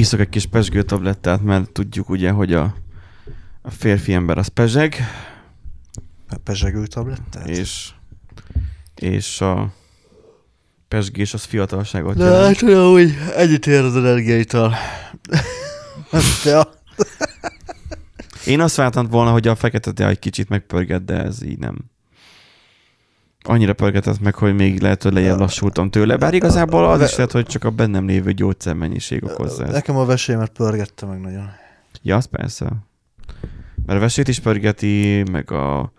iszok egy kis pezsgőtablettát, mert tudjuk ugye, hogy a férfi ember az pezseg. A pezsegő tablettát? És a pezsgés az fiatalságot de jelent. hát olyan, hogy ennyit ér az energiaital. Én azt vártam volna, hogy a fekete tea egy kicsit megpörget, de ez így nem. Annyira pörgetett meg, hogy még lehet, hogy lejjebb lassultam tőle. Bár igazából az is lehet, hogy csak a bennem lévő gyógyszermennyiség okozza ezt. Nekem a vesémet pörgette meg nagyon. Ja, az persze. Mert a vesét is pörgeti, meg a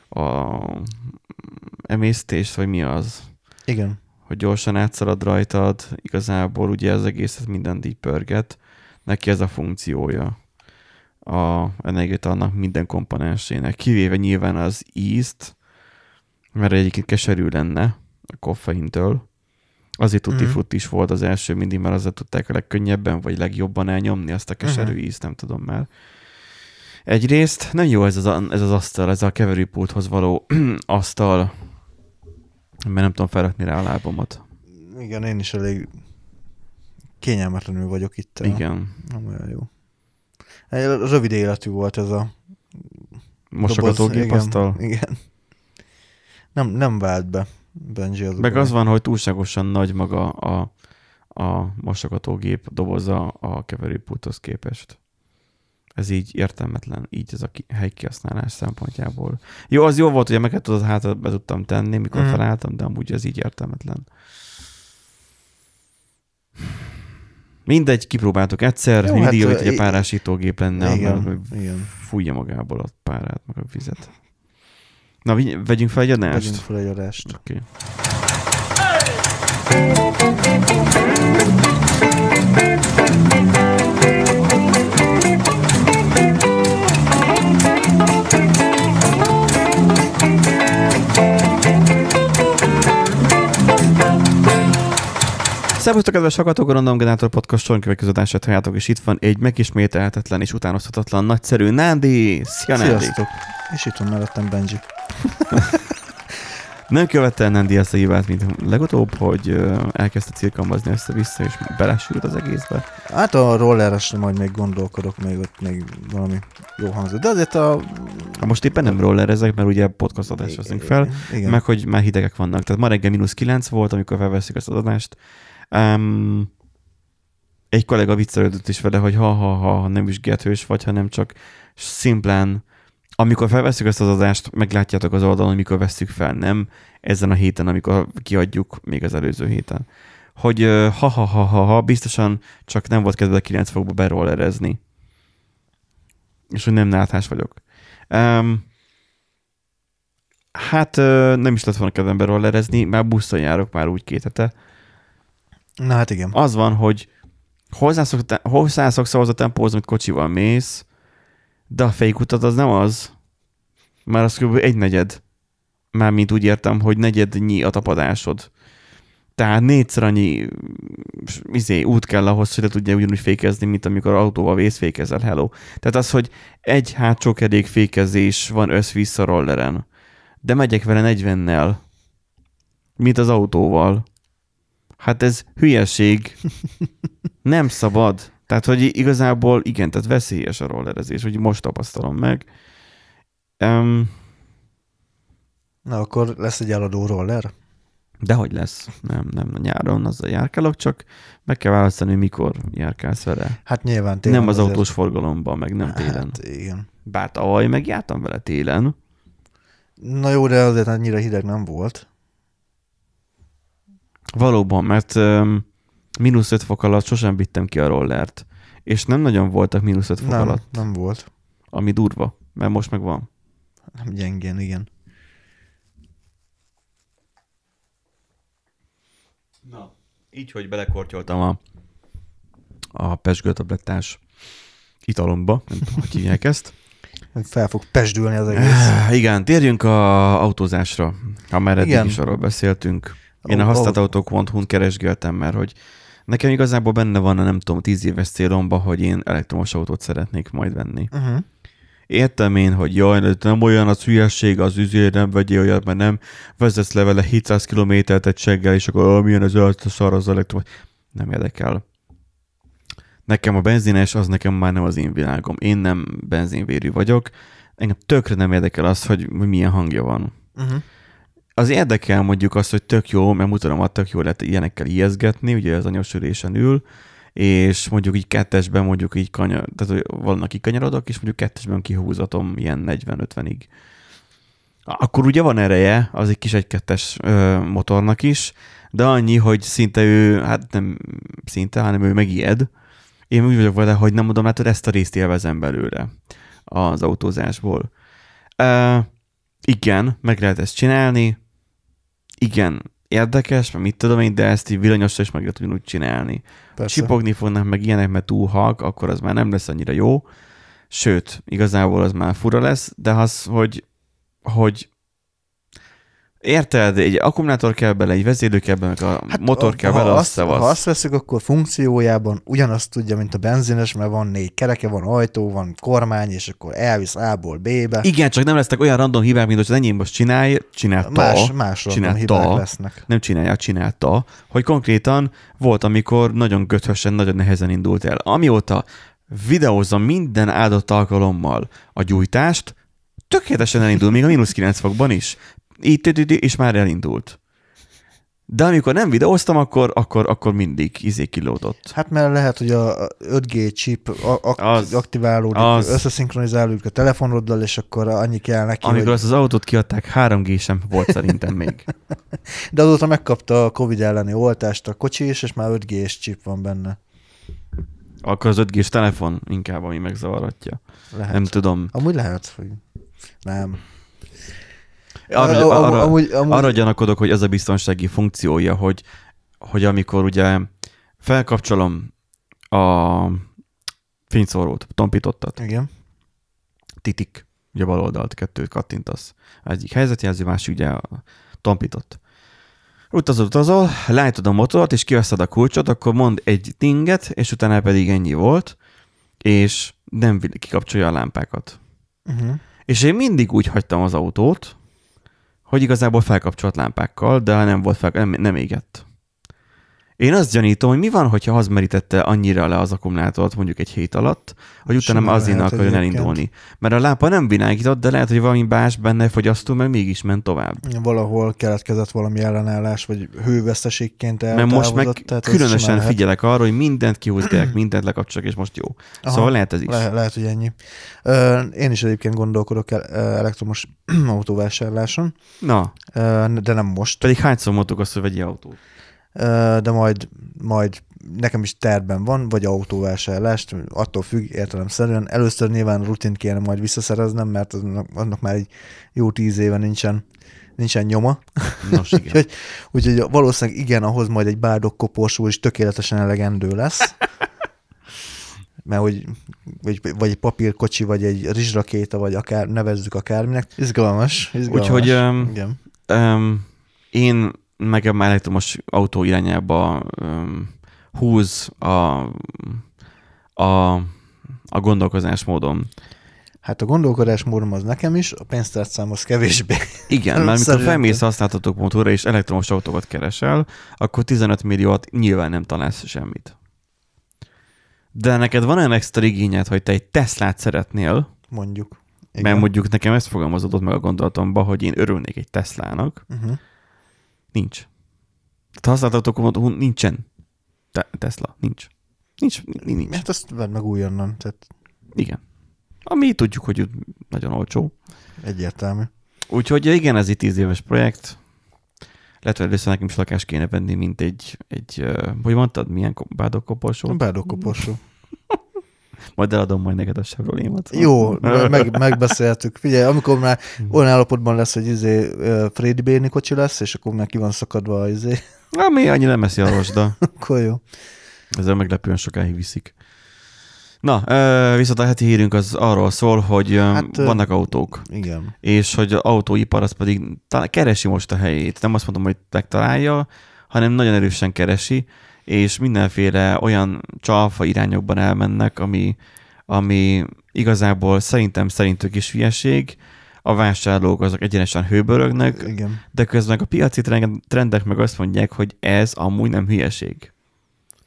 emésztést, vagy mi az? Igen. Hogy gyorsan átszalad rajtad, igazából ugye az egészet mindent így pörget. Neki ez a funkciója. A energiaitalnak minden komponensének. Kivéve nyilván az ízt, mert egyébként keserű lenne a koffeintől. Azért tutti frutti is volt az első mindig, mert azzal tudták a legkönnyebben, vagy legjobban elnyomni azt a keserű ízt, nem tudom már. Egyrészt nem jó ez az asztal, ez a keverőpulthoz való asztal, mert nem tudom felrakni rá a lábamat. Igen, én is elég kényelmetlenül vagyok itt. Igen. Nem olyan jó. Rövid életű volt ez a mosogatógép asztal. Igen. Nem vált be Benji az. Meg az van, hogy túlságosan nagy maga a mosogatógép doboza a keverőpulthoz képest. Ez így értelmetlen, így ez a helykihasználás szempontjából. Jó, az jó volt, hogy a meket tudod hátra be tudtam tenni, mikor felálltam, de amúgy ez így értelmetlen. Mindegy, kipróbáltuk egyszer, jó, mindig hát, jó, hogy egy párásítógép lenne, igen. fújja magából a párát, meg a vizet. Na, vegyünk fel egy adást? Vegyünk fel egy adást. Oké. Szervusztok, kedves hallgatók, a Random Generator Podcast soronkövetkeződását halljátok, és itt van egy megismételhetetlen és utánozhatatlan nagyszerű Nándi! Szia, Nándi! Sziasztok! És itt van mellettem Benji. Nem követte Nándi ezt a hibát, mint legutóbb, hogy elkezdte cirkambazni össze-vissza, és belesült az egészbe. Hát a rolleresre majd még gondolkodok, még ott még valami jó hangzott. De azért most éppen nem rollerezek, mert ugye podcast adást veszünk fel, igen. meg hogy már hidegek vannak. Tehát ma reggel -9 volt, amikor felveszik ezt az adást. Egy kollega viccelődött is vele, hogy ha nem is gerhős vagy, hanem csak szimplán, amikor felveszünk ezt az adást, meglátjátok az oldalon, hogy mikor vesszük fel, nem ezen a héten, amikor kiadjuk, még az előző héten. Hogy biztosan csak nem volt kedved a 9 fokba berollerezni. És hogy nem náthás vagyok. Hát nem is lett volna kedvem berollerezni, már busszon járok már úgy 2 hete. Na hát igen. Az van, hogy hozzászoksz ahhoz a tempóhoz, amit kocsival mész, de a fejkutat az nem az. Már az kb. 1/4. Mármint úgy értem, hogy negyednyi a tapadásod. Tehát 4-szer annyi út kell ahhoz, hogy le tudja ugyanúgy fékezni, mint amikor autóval vészfékezel, hello. Tehát az, hogy egy hátsó kerék fékezés van össz-vissza rolleren, de megyek vele 40-nel, mint az autóval. Hát ez hülyeség. Nem szabad. Tehát, hogy igazából igen, tehát veszélyes a rollerezés, hogy most tapasztalom meg. Na, akkor lesz egy eladó roller? Dehogy lesz. Nem, nyáron azzal járkálok, csak meg kell választani, mikor járkálsz vele. Hát nyilván télen. Nem az autós forgalomban, meg nem télen. Hát igen. Bár tavaly megjártam vele télen. Na jó, de azért annyira hideg nem volt. Valóban, mert -5 fok alatt sosem vittem ki a rollert. És nem nagyon voltak -5 fok alatt. Nem volt. Ami durva, mert most meg van. Nem gyengén, igen. Na, így, hogy belekortyoltam a pezsgőtablettás italomba, nem tudom, hogy hívják ezt. Fel fog pesdülni az egész. Igen, térjünk a autózásra, ha már eddig is arról beszéltünk. Én a használtautók.hu-n keresgéltem, mert hogy nekem igazából benne van a nem tudom 10 éves célomban, hogy én elektromos autót szeretnék majd venni. Értem én, hogy jaj, nem olyan az hülyesség, az nem vegyél olyat, mert nem vezetsz le vele 700 kilométert egy seggel, és akkor milyen ez a szar az elektromos. Nem érdekel. Nekem a benzines, az nekem már nem az én világom. Én nem benzinvérű vagyok. Engem tökre nem érdekel az, hogy milyen hangja van. Uh-huh. Az érdekel mondjuk azt, hogy tök jó, mert mutatom, hogy tök jó lehet ilyenekkel ijeszgetni, ugye az anyasülésen ül, és mondjuk így kettesben mondjuk így tehát vannak kikanyarodok, és mondjuk kettesben kihúzatom ilyen 40-50-ig. Akkor ugye van ereje, az egy kis 1.2-es motornak is, de annyi, hogy szinte ő, hát nem szinte, hanem ő megijed. Én úgy vagyok vele, hogy nem mondom, látod, ezt a részt élvezem belőle az autózásból. Igen, meg lehet ezt csinálni. Igen, érdekes, mert mit tudom én, de ezt így villanyosra is meg lehet ugyanúgy csinálni. Persze. Csipogni fognak meg ilyenek, mert túl halk, akkor az már nem lesz annyira jó. Sőt, igazából az már fura lesz, de az, hogy érted, egy akkumulátor kell bele, egy vezérlő kell bele, meg a motor kell bele, ha azt veszük, akkor funkciójában ugyanazt tudja, mint a benzines, mert van 4 kereke, van ajtó, van kormány, és akkor elvisz A-ból B-be. Igen, csak nem lesznek olyan random hibák, mint hogy az enyém most csinálta. Más random hibák lesznek. Nem csinálta, hogy konkrétan volt, amikor nagyon göthösen, nagyon nehezen indult el. Amióta videózom minden áldott alkalommal a gyújtást, tökéletesen elindul, még a -9 fokban is. És már elindult. De amikor nem videóztam, akkor mindig kilódott. Hát mert lehet, hogy a 5G chip aktiválódik, összeszinkronizálódik a telefonoddal, és akkor annyi kell neki, amikor azt az autót kiadták, 3G sem volt szerintem még. De azóta megkapta a Covid elleni oltást a kocsi is, és már 5G-s chip van benne. Akkor az 5G-s telefon inkább, ami megzavaratja. Lehet. Nem tudom. Amúgy lehet, hogy nem. Arra gyanakodok, hogy ez a biztonsági funkciója, hogy amikor ugye felkapcsolom a fényszórót, tompítottat. Igen. Titik, ugye bal oldalt 2 kattintasz. Egyik helyzetjelző, másik ugye a tompított. Utazol, leállítod a motort, és kiveszed a kulcsot, akkor mond egy tinget, és utána pedig ennyi volt, és nem kikapcsolja a lámpákat. Uh-huh. És én mindig úgy hagytam az autót, hogy igazából felkapcsolt lámpákkal, de nem volt nem égett. Én azt gyanítom, hogy mi van, hogyha az merítette annyira le az akkumulátort mondjuk egy hét alatt, hogy utána már azért akarjon elindulni. Mert a lámpa nem világított, de lehet, hogy valami más benne fogyasztó, mert mégis ment tovább. Valahol keletkezett valami ellenállás, vagy hőveszteségként eltávozott. Mert most meg különösen figyelek arra, hogy mindent kihúzták, mindent lekapcsolok, és most jó. Aha, szóval lehet ez is. Lehet, hogy ennyi. Én is egyébként gondolkodok elektromos autóvásárláson. Na. De nem most. Pedig hányszor mondtuk azt, hogy vegyél autót? De majd nekem is tervben van, vagy autóvásárlást, attól függ értelemszerűen. Először nyilván rutint kéne majd visszaszereznem, mert annak már egy jó 10 éve nincsen nyoma. Nos, igen. úgyhogy valószínűleg igen, ahhoz majd egy bárdok koporsó is tökéletesen elegendő lesz. Mert vagy egy papírkocsi, vagy egy rizsrakéta, vagy akár nevezzük akárminek. Izgalmas. Úgyhogy én nekem már elektromos autó irányába húz a gondolkozásmódom. Hát a gondolkodásmódom az nekem is, a pénztárcám az kevésbé. Igen, mert amikor felmész használtatók motorra és elektromos autókat keresel, akkor 15 milliót nyilván nem találsz semmit. De neked van olyan extra igényed, hogy te egy Teslát szeretnél, mondjuk. Igen. Mert mondjuk nekem ezt fogalmazódott meg a gondolatomba, hogy én örülnék egy Teslának. Uh-huh. Nincs. Tehát használtatók nincsen Tesla. Nincs. Hát azt vedd meg újonnan. Tehát... Igen. Ami tudjuk, hogy nagyon olcsó. Egyértelmű. Úgyhogy igen, ez egy 10 éves projekt. Lehet, hogy először nekem is lakást kéne venni, mint egy hogy mondtad, milyen bádogkoporsó? Bádogkoporsó. Majd eladom majd neked a Chevrolet-mat. Jó, megbeszéltük. Figyelj, amikor már olyan állapotban lesz, hogy Freddy Béni kocsi lesz, és akkor már ki van szakadva a Ami annyi nem eszi a rosda. Akkor jó. Ezzel meglepően sokáig viszik. Na, viszont a heti hírünk az arról szól, hogy vannak autók. Igen. És hogy az autóipar az pedig keresi most a helyét. Nem azt mondom, hogy megtalálja, hanem nagyon erősen keresi, és mindenféle olyan csalfa irányokban elmennek, ami igazából szerintük is hülyeség, a vásárlók azok egyenesen hőbörögnek, igen. De közben a piaci trendek meg azt mondják, hogy ez amúgy nem hülyeség.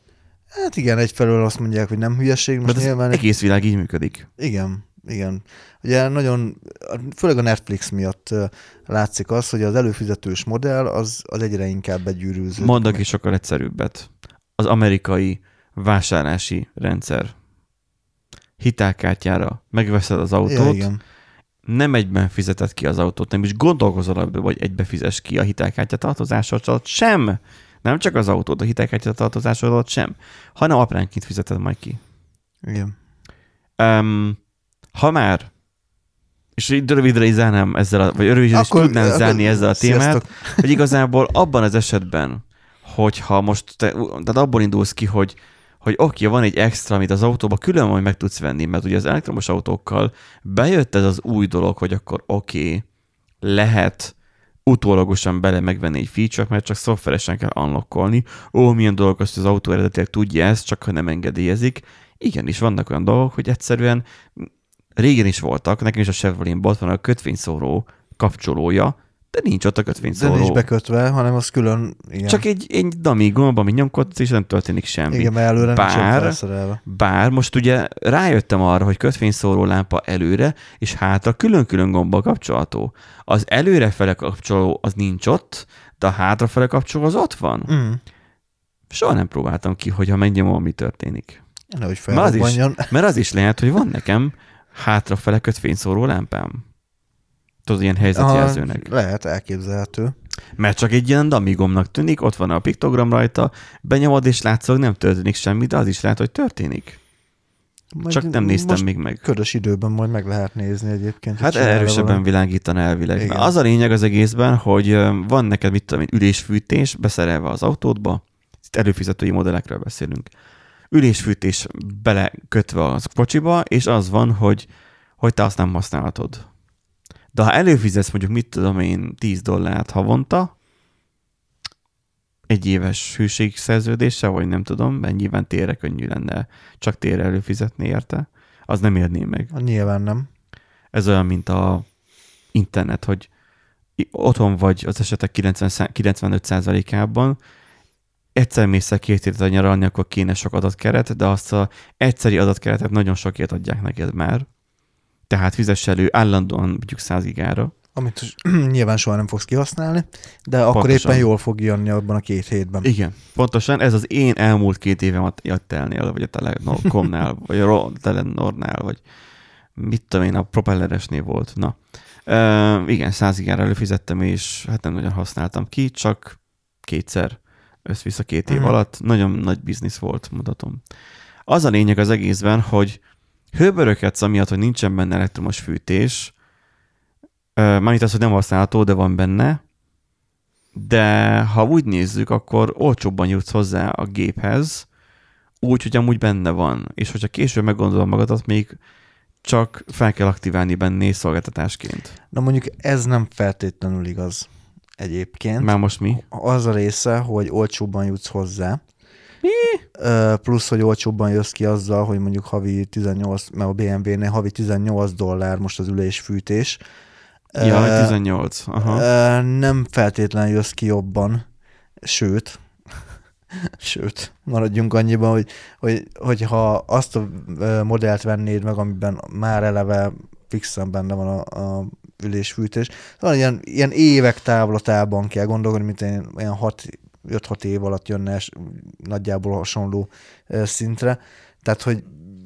Hát igen, egyfelől azt mondják, hogy nem hülyeség. Most Mert nyilván egész világ így működik. Igen. Ugye nagyon, főleg a Netflix miatt látszik az, hogy az előfizetős modell az egyre inkább begyűrűződik. Mondok is sokkal egyszerűbbet. Az amerikai vásárlási rendszer. Hitelkártyára megveszed az autót, igen. nem egyben fizeted ki az autót, nem is gondolkozol abban, hogy egybe fizes ki a hitelkártya tartozásod alatt sem. Nem csak az autót, a hitelkártya tartozásod alatt sem, hanem apránként fizeted majd ki. Igen. Ha már, és így rövidre is zárnám ezzel, vagy rövidre is tudnám zárni ezzel a témát, sziasztok. hogy igazából abban az esetben, hogyha most tehát abból indulsz ki, hogy oké, van egy extra, amit az autóba külön majd meg tudsz venni, mert ugye az elektromos autókkal bejött ez az új dolog, hogy akkor oké, lehet utólagosan bele megvenni egy feature, mert csak szoftveresen kell unlockolni. Milyen dolog az, hogy az autó eredetileg tudja ezt, csak ha nem engedélyezik. Igenis, vannak olyan dolgok, hogy egyszerűen régen is voltak, nekem is a Chevrolet-ban ott van a kötvényszóró kapcsolója, de nincs ott a kötvényszóró. De nincs bekötve, hanem az külön, igen. Csak egy dummy gomb, amit nyomkodsz, és nem történik semmi. Igen, mert előre nincs felszerelve. Bár most ugye rájöttem arra, hogy kötvényszóró lámpa előre, és hátra külön-külön gombbal kapcsolható. Az előrefele kapcsoló az nincs ott, de a hátrafele kapcsoló az ott van. Soha nem próbáltam ki, hogyha megnyomom, mi történik. Nehogy felrobbanjon. Mert az is lehet, hogy van nekem hátrafele kötvényszóró lámpám. Tudod, ilyen helyzetjelzőnek. Lehet, elképzelhető. Mert csak egy ilyen damigomnak tűnik, ott van a piktogram rajta, benyomod és látszol, nem történik semmi, de az is lehet, hogy történik. Majd csak nem néztem még meg. Ködös időben majd meg lehet nézni egyébként. Hát erősebben világítan elvileg. Az a lényeg az egészben, hogy van neked, mit tudom én, ülésfűtés beszerelve az autódba, itt előfizetői modellekről beszélünk. Ülésfűtés belekötve a kocsiba, és az van, hogy te azt nem használhatod. De ha előfizetsz mondjuk, mit tudom én, $10 havonta, egy éves hűségszerződéssel, vagy nem tudom, mert nyilván térre könnyű lenne csak térre előfizetni érte, az nem érné meg. Nyilván nem. Ez olyan, mint a internet, hogy otthon vagy az esetek 95%-ában, egyszer mész el 2 hétet nyaralni, akkor kéne sok adatkeret, de azt az egyszeri adatkeretet nagyon sokért adják neked már. Tehát fizess elő állandóan mondjuk 100 gigára. Amit nyilván soha nem fogsz kihasználni, de akkor pontosan. éppen jól fog jönni abban a 2 hétben. Igen, pontosan. Ez az én elmúlt 2 évem a Telnél, vagy a Telekomnál, vagy a Telenornál, vagy mit tudom én, a propelleresnél volt. Na, igen, 100 gigára előfizettem, és hát nem nagyon használtam ki, csak 2-szer össze-vissza 2 év alatt. Nagyon nagy biznisz volt, mutatom. Az a lényeg az egészben, hogy hőbörökedsz amiatt, hogy nincsen benne elektromos fűtés, mármint az, hogy nem használható, de van benne, de ha úgy nézzük, akkor olcsóbban jutsz hozzá a géphez, úgy, hogy amúgy benne van. És hogyha később meggondolod magadat, még csak fel kell aktiválni benne szolgáltatásként. Na mondjuk ez nem feltétlenül igaz egyébként. Már most mi? Az a része, hogy olcsóbban jutsz hozzá. Mi? Plusz, hogy olcsóbban jössz ki azzal, hogy mondjuk havi 18, mert a BMW-nél havi $18 most az ülésfűtés. Ja, 18. Aha. Nem feltétlenül jössz ki jobban, sőt, maradjunk annyiban, hogy ha azt a modellt vennéd meg, amiben már eleve fixen benne van a ülésfűtés, szóval ilyen évek távlatában kell gondolni, mint olyan 5-6 év alatt jönne nagyjából hasonló szintre. Tehát, hogy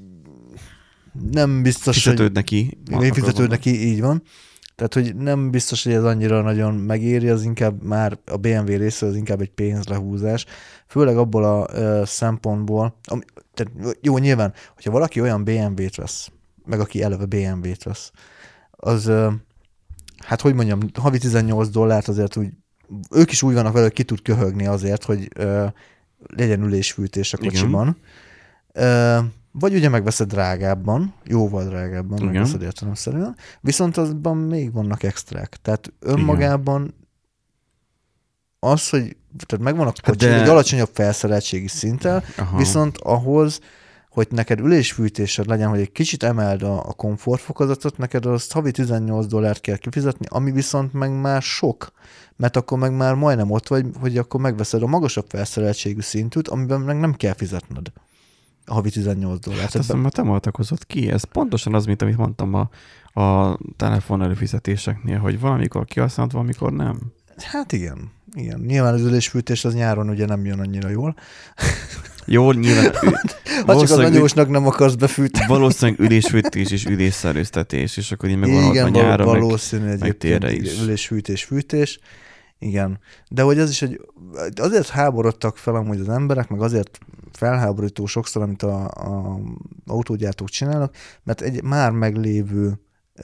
nem biztos, fizetődne ki. Fizetődne ki, így van. Tehát, hogy nem biztos, hogy ez annyira nagyon megéri, az inkább már a BMW részről az inkább egy pénzlehúzás. Főleg abból a szempontból, tehát jó, nyilván, hogyha valaki olyan BMW-t vesz, meg aki eleve BMW-t vesz, az, hát hogy mondjam, havi $18 azért úgy, ők is úgy vannak vele, hogy ki tud köhögni azért, hogy legyen ülésfűtés a kocsiban. Vagy ugye megveszed drágábban, jóval drágábban, igen, megveszed értelemszerűen, viszont azban még vannak extrák. Tehát önmagában igen, az, hogy tehát megvan a kocsi egy alacsonyabb felszereltségi szinttel, viszont ahhoz, hogy neked ülésfűtésed legyen, hogy egy kicsit emeld a komfortfokozatot, neked azt havi $18 kell kifizetni, ami viszont meg már sok, mert akkor meg már majdnem ott vagy, hogy akkor megveszed a magasabb felszereltségű szintűt, amiben meg nem kell fizetned a havi $18. Hát azt már te maltakozott ki. Ez pontosan az, mint amit mondtam a telefon előfizetéseknél, hogy valamikor kihasználod, valamikor nem. Hát igen. Nyilván az ülésfűtés az nyáron ugye nem jön annyira jól. Jól, nyilván. Ha csak az anyósnak nem akarsz befűteni. Valószínűleg ülésfűtés és ülésszerőztetés, és akkor így meg van ott a nyára, valószínű meg térre is. Ülésfűtés. Igen. De hogy az is, hogy azért háborodtak fel amúgy az emberek, meg azért felháborító sokszor, amit a autógyártók csinálnak, mert egy már meglévő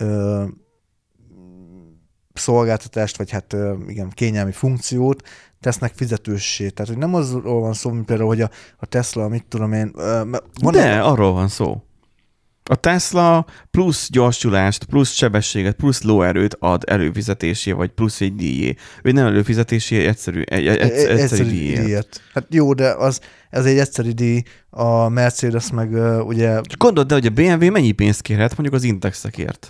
szolgáltatást, vagy hát igen, kényelmi funkciót tesznek fizetőssé. Tehát, hogy nem azról van szó, mint például, hogy a Tesla, mit tudom én... arról van szó. A Tesla plusz gyorsulást, plusz sebességet, plusz lóerőt ad előfizetésé, vagy plusz egy díjé. Ő nem előfizetésé, egyszerű díjért. Hát jó, de ez egy egyszerű díj, a Mercedes meg ugye... Gondold, de hogy a BMW mennyi pénzt kérhet mondjuk az indexekért?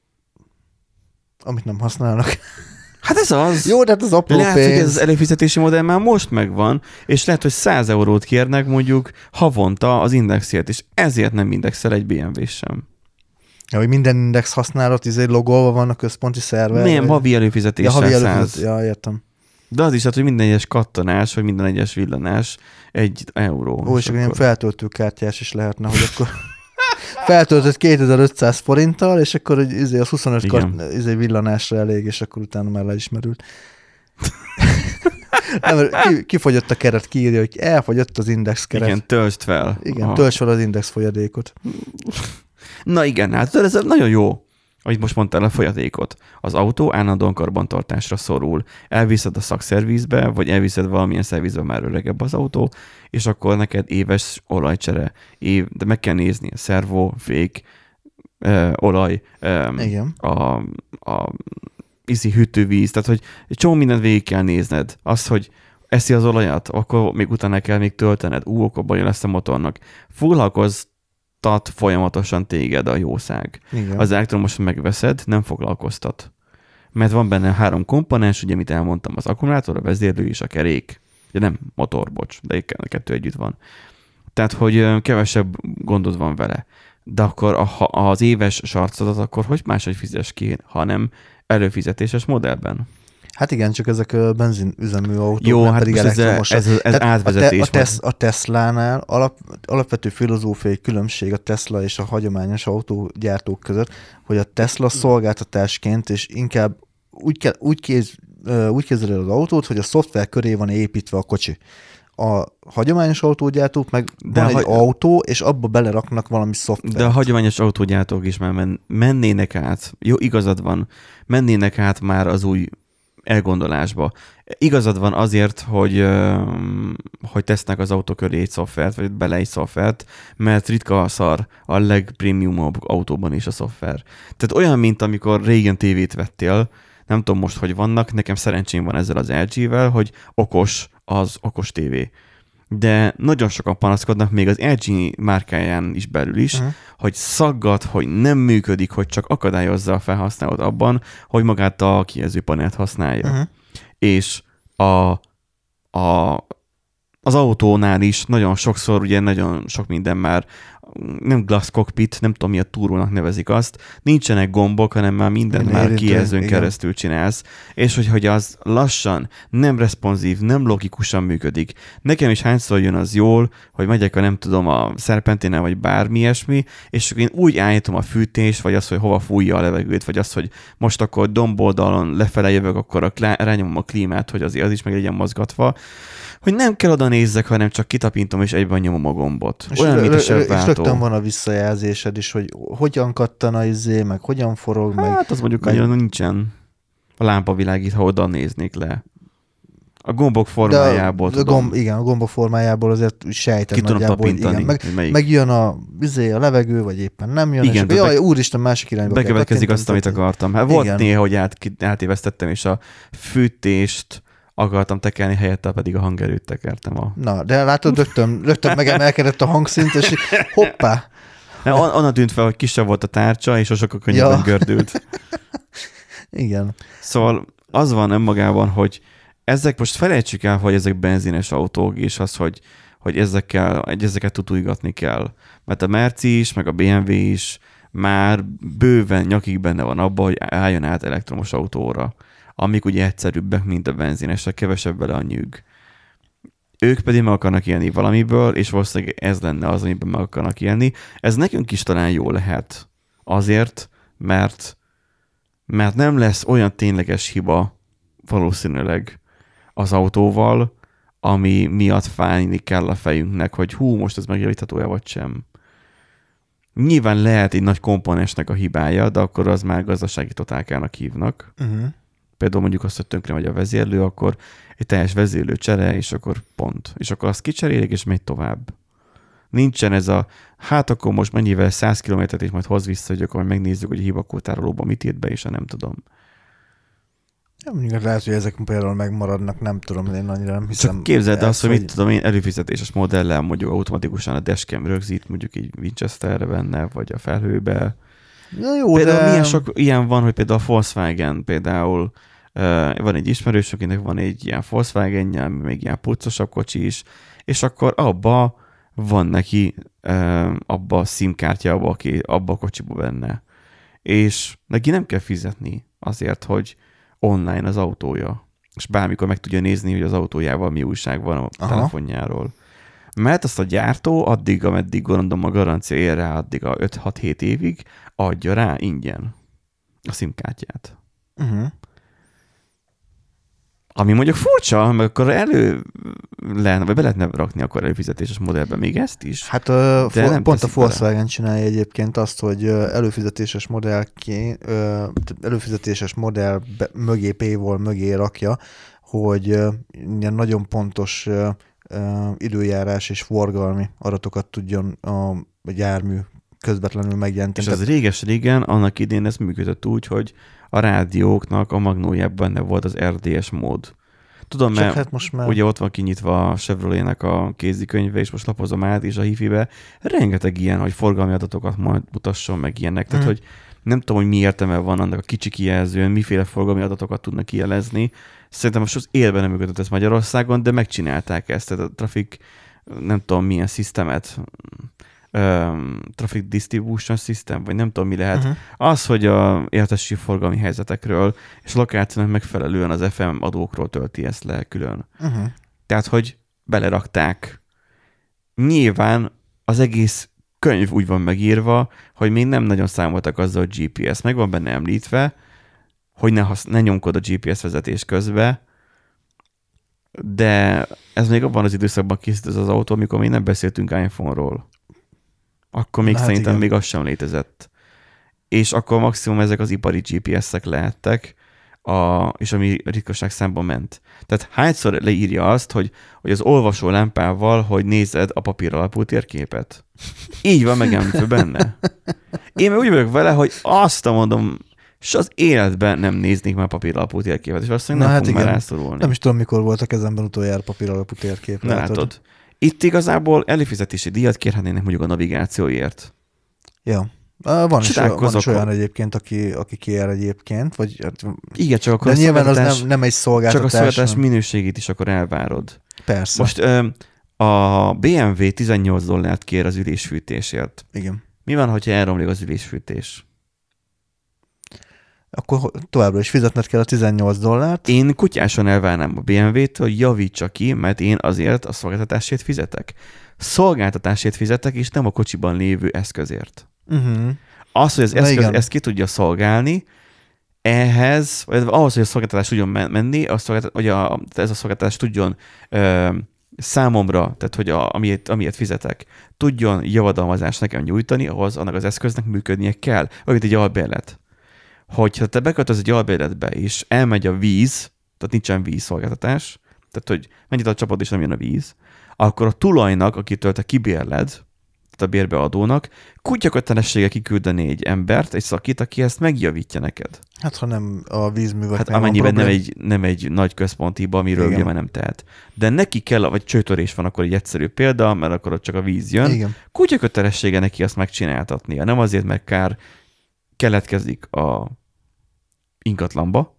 Amit nem használnak. Hát ez az. Jó, de hát az apró lehet, pénz. hogy ez az előfizetési modell már most megvan, és lehet, hogy 100 eurót kérnek mondjuk havonta az indexért, és ezért nem indexel egy BMW sem. Ja, hogy minden index használat, logolva van a központi szerver. Nem, havi előfizetéssel 100. Ja, értem. De az is hát, hogy minden egyes kattanás, vagy minden egyes villanás 1 euró. Ó, és akkor ilyen feltöltőkártyás is lehetne, hogy akkor feltöltött 2500 forinttal, és akkor az 25 villanásra elég, és akkor utána már leismerült. Kifogyott a keret, kiírja, hogy elfogyott az index keret. Igen, töltsd fel. Igen, töltsd fel az index folyadékot. Na igen, hát ez nagyon jó, ahogy most mondtál a folyadékot. Az autó állandóan karbantartásra szorul. Elviszed a szakszervizbe, vagy elviszed valamilyen szervizbe, már öregebb az autó, és akkor neked éves olajcsere. De meg kell nézni a szervó, fék, olaj, igen. a hűtővíz, tehát hogy egy csomó mindent végig kell nézned. Az, hogy eszi az olajat, akkor még utána kell még töltened. Akkor baj lesz a motornak. Foglalkoztat folyamatosan téged a jószág. Igen. Az elektromost megveszed, nem foglalkoztat. Mert van benne 3 komponens, ugye, amit elmondtam, az akkumulátor, a vezérlő és a kerék. Ugye nem motor, bocs, de a 2 együtt van. Tehát, hogy kevesebb gondod van vele. De akkor az éves sarcodat, akkor hogy máshogy fizes ki, hanem előfizetéses modellben? Hát igen, csak ezek benzinüzemű autók, jó, nem hát pedig elektromosak. Ez átvezetés. A Teslánál alapvető filozófiai különbség a Tesla és a hagyományos autógyártók között, hogy a Tesla szolgáltatásként, és inkább úgy képzeli az autót, hogy a szoftver köré van építve a kocsi. A hagyományos autógyártók meg van egy autó, és abba beleraknak valami szoftvert. De a hagyományos autógyártók is már mennének át, jó, igazad van, mennének át már az új elgondolásba. Igazad van azért, hogy tesznek az autó köré egy szoftvert, vagy bele egy szoftvert, mert ritka a szar a legprémiumabb autóban is a szoftver. Tehát olyan, mint amikor régen tévét vettél, nem tudom most, hogy vannak, nekem szerencsém van ezzel az LG-vel, hogy okos az okos tévé. De nagyon sokan panaszkodnak még az LG márkáján is belül is, hogy szaggat, hogy nem működik, hogy csak akadályozza a felhasználót abban, hogy magát a kijelzőpanelt használja. És az autónál is nagyon sokszor, ugye nagyon sok minden már nem glass cockpit, nem tudom mi a túrónak nevezik azt, nincsenek gombok, hanem már mindent már kijelzőn keresztül csinálsz, és hogy az lassan, nem responsív, nem logikusan működik. Nekem is hányszor jön az jól, hogy megyek a szerpenténel, vagy bármi ilyesmi, és én úgy állítom a fűtést, vagy az, hogy hova fújja a levegőt, vagy az, hogy most akkor domboldalon lefele jövök, akkor rányomom a klímát, hogy az is meg legyen mozgatva, hogy nem kell oda nézzek, hanem csak kitapintom, és egyben nyomom a gombot. Olyan, mint a sebváltó. És rögtön van a visszajelzésed is, hogy hogyan kattan a meg hogyan forog, meg... Hát az mondjuk annyira nincsen. A lámpavilágít, ha oda néznék le. A gombok formájából tudom. Igen, a gombok formájából azért sejtem nagyjából. Igen, meg jön a levegő, vagy éppen nem jön, igen, és jaj, úristen, másik irányba kell. Bekövetkezik azt, amit akartam. Hát volt néha, hogy átévesztettem, és a fűtést akartam tekerni, helyette pedig a hangerőt tekertem. Na, de látod, rögtön megemelkedett a hangszint, és hoppá! Onnan tűnt fel, hogy kisebb volt a tárcsa, és sokkal könnyebben gördült. Igen. Szóval az van önmagában, hogy most felejtsük el, hogy ezek benzines autók, és az, hogy ezeket tutújgatni kell. Mert a Merci is, meg a BMW is már bőven nyakig benne van abban, hogy álljon át elektromos autóra, amik ugye egyszerűbbek, mint a benzinesek, kevesebb vele a nyűg. Ők pedig meg akarnak élni valamiből, és valószínűleg ez lenne az, amiben meg akarnak élni. Ez nekünk is talán jó lehet. Azért, mert nem lesz olyan tényleges hiba valószínűleg az autóval, ami miatt fájni kell a fejünknek, hogy most ez megjavítható-e vagy sem. Nyilván lehet egy nagy komponensnek a hibája, de akkor az már gazdasági totálkának hívnak. Uh-huh. Például mondjuk azt, hogy tönkre megy a vezérlő, akkor egy teljes vezérlő csere, és akkor pont. És akkor azt kicserélik, és megy tovább. Nincsen ez akkor most mennyivel 100 kilométert, és majd hoz vissza, hogy akkor megnézzük, hogy a hibakótárolóban mit írt be, és nem tudom. Ja, mondjuk lehet, hogy ezek például megmaradnak, nem tudom, én annyira nem hiszem. Csak képzeld azt, hogy mit tudom én, előfizetéses modellel mondjuk automatikusan a dashcam rögzít, mondjuk egy Winchesterre benne, vagy a felhőbe. Na jó, például de... milyen sok ilyen van, hogy például a Volkswagen például van egy ismerős, akinek van egy ilyen Volkswagen-je, még ilyen pucosabb kocsi is, és akkor abba van neki abba a SIM-kártya, abba a kocsiba benne. És neki nem kell fizetni azért, hogy online az autója. És bármikor meg tudja nézni, hogy az autójával mi újság van a telefonjáról. Mert azt a gyártó addig, ameddig gondolom a garancia ér rá, addig a 5-6-7 évig adja rá ingyen a SIM-kártyát. Uh-huh. Ami mondjuk furcsa, mert akkor vagy be lehetne rakni akkor előfizetéses modellbe még ezt is. Hát pont a Volkswagen csinálja egyébként azt, hogy előfizetéses modell mögé, paywall mögé rakja, hogy ilyen nagyon pontos időjárás és forgalmi adatokat tudjon a jármű közvetlenül megjelenteni. És az réges-régen, annak idén ez működött úgy, hogy a rádióknak a magnójában benne volt az RDS mód. Tudom, mert hát most már... ugye ott van kinyitva a Chevrolet-nek a kézikönyve, és most lapozom át, és a hifi-be rengeteg ilyen, hogy forgalmi adatokat majd mutasson meg ilyenek. Tehát, hogy nem tudom, hogy mi értelme van annak a kicsi kijelzőn, miféle forgalmi adatokat tudnak kijelezni. Szerintem most az élben nem működött ez Magyarországon, de megcsinálták ezt. Tehát a traffic, nem tudom milyen szisztemet, traffic distribution system, vagy nem tudom mi lehet. Az, hogy értesíti forgalmi helyzetekről, és a lokációnak megfelelően az FM adókról tölti ezt le külön. Tehát, hogy belerakták. Nyilván az egész könyv úgy van megírva, hogy még nem nagyon számoltak azzal, hogy GPS meg van benne említve, hogy ne nyomkod a GPS vezetés közbe, de ez még abban az időszakban készült az autó, amikor még nem beszéltünk iPhone-ról. Akkor még szerintem még az sem létezett. És akkor maximum ezek az ipari GPS-ek lehettek, és ami ritkaság számban ment. Tehát hányszor leírja azt, hogy az olvasó lámpával, hogy nézed a papír alapú térképet. Így van megemlítve benne. Én meg úgy vagyok vele, hogy azt mondom, és az életben nem néznék már papír alapú térképet, és azt mondom, nem fogunk már rászorulni. Nem is tudom, mikor volt a kezemben utoljára papír alapú térkép. Látod. Itt igazából előfizetési díjat kérhetnének mondjuk a navigációért. Ja. Van is olyan egyébként, aki kér egyébként. Vagy, igen, csak akkor de nyilván az nem egy szolgáltatás. Csak a szolgáltatás minőségét is akkor elvárod. Persze. Most a BMW $18 kér az ülésfűtésért. Igen. Mi van, hogyha elromlik az ülésfűtés? Akkor továbbra is fizetned kell a $18. Én kutyásan elvárnám a BMW-től, hogy javítsa ki, mert én azért a szolgáltatásért fizetek. Szolgáltatásért fizetek, és nem a kocsiban lévő eszközért. Az, hogy az eszköz ezt ki tudja szolgálni, ehhez, vagy ahhoz, hogy a szolgáltatás tudjon menni, hogy ez a szolgáltatás tudjon számomra, tehát hogy amiért fizetek, tudjon javadalmazást nekem nyújtani, ahhoz annak az eszköznek működnie kell, vagy egy albérlet. Hogyha te beköltöz egy albérletbe, és elmegy a víz, tehát nincsen vízszolgáltatás, tehát hogy mennyit a csapod, és nem jön a víz, akkor a tulajnak, akitől te kibérled, a bérbeadónak, kutyakötelessége kiküldeni egy embert, egy szakit, aki ezt megjavítja neked. Hát ha nem a vízműveknél Hát van amennyiben problém. nem egy nagy központiba, amiről Igen. ugye már nem tehet. De neki kell, vagy csőtörés van, akkor egy egyszerű példa, mert akkor ott csak a víz jön. Igen. Kutyakötelessége neki azt megcsináltatnia. Nem azért, mert kár keletkezik a ingatlanba,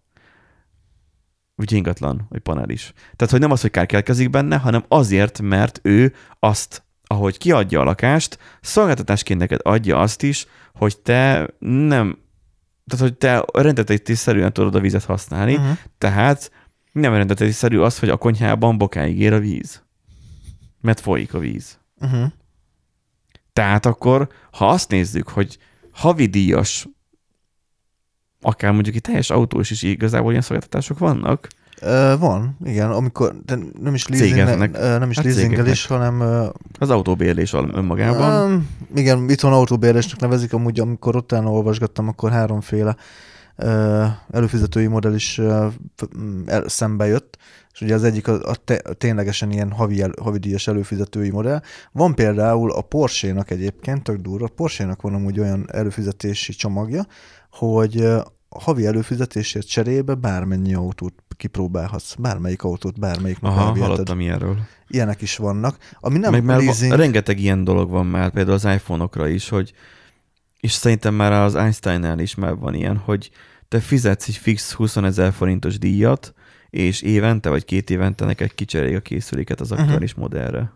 ugye ingatlan, vagy panel is. Tehát, hogy nem az, hogy kár keletkezik benne, hanem azért, mert ő azt, ahogy kiadja a lakást, szolgáltatásként neked adja azt is, hogy te nem, tehát, hogy te rendeltetésszerűen tudod a vizet használni, tehát nem rendeltetésszerű az, hogy a konyhában bokáig ér a víz. Mert folyik a víz. Tehát akkor, ha azt nézzük, hogy havidíjas, akár mondjuk egy teljes autós is igazából ilyen szolgáltatások vannak. Van, igen, amikor de nem is Cégeknek. nem is Hát leasingelés, hanem az autóbérlés önmagában. igen, itthon autóbérlésnek nevezik, amúgy amikor utána olvasgattam, akkor háromféle előfizetői modell is szembe jött, és ugye az egyik ténylegesen ilyen havidíjas előfizetői modell. Van például a Porsche-nak egyébként, tök durva, a Porsche-nak van amúgy olyan előfizetési csomagja, hogy a havi előfizetésért cserébe bármennyi autót kipróbálhatsz, bármelyik autót, bármelyiknek elviheted. Hallottam ilyenről. Ilyenek is vannak. Ami nem meg már leasing... rengeteg ilyen dolog van már, például az iPhone-okra is, hogy és szerintem már az Einstein-nál is már van ilyen, hogy te fizetsz egy fix 20 000 forintos díjat, és évente vagy 2 évente neked kicserélik a készüléket az aktuális modellre.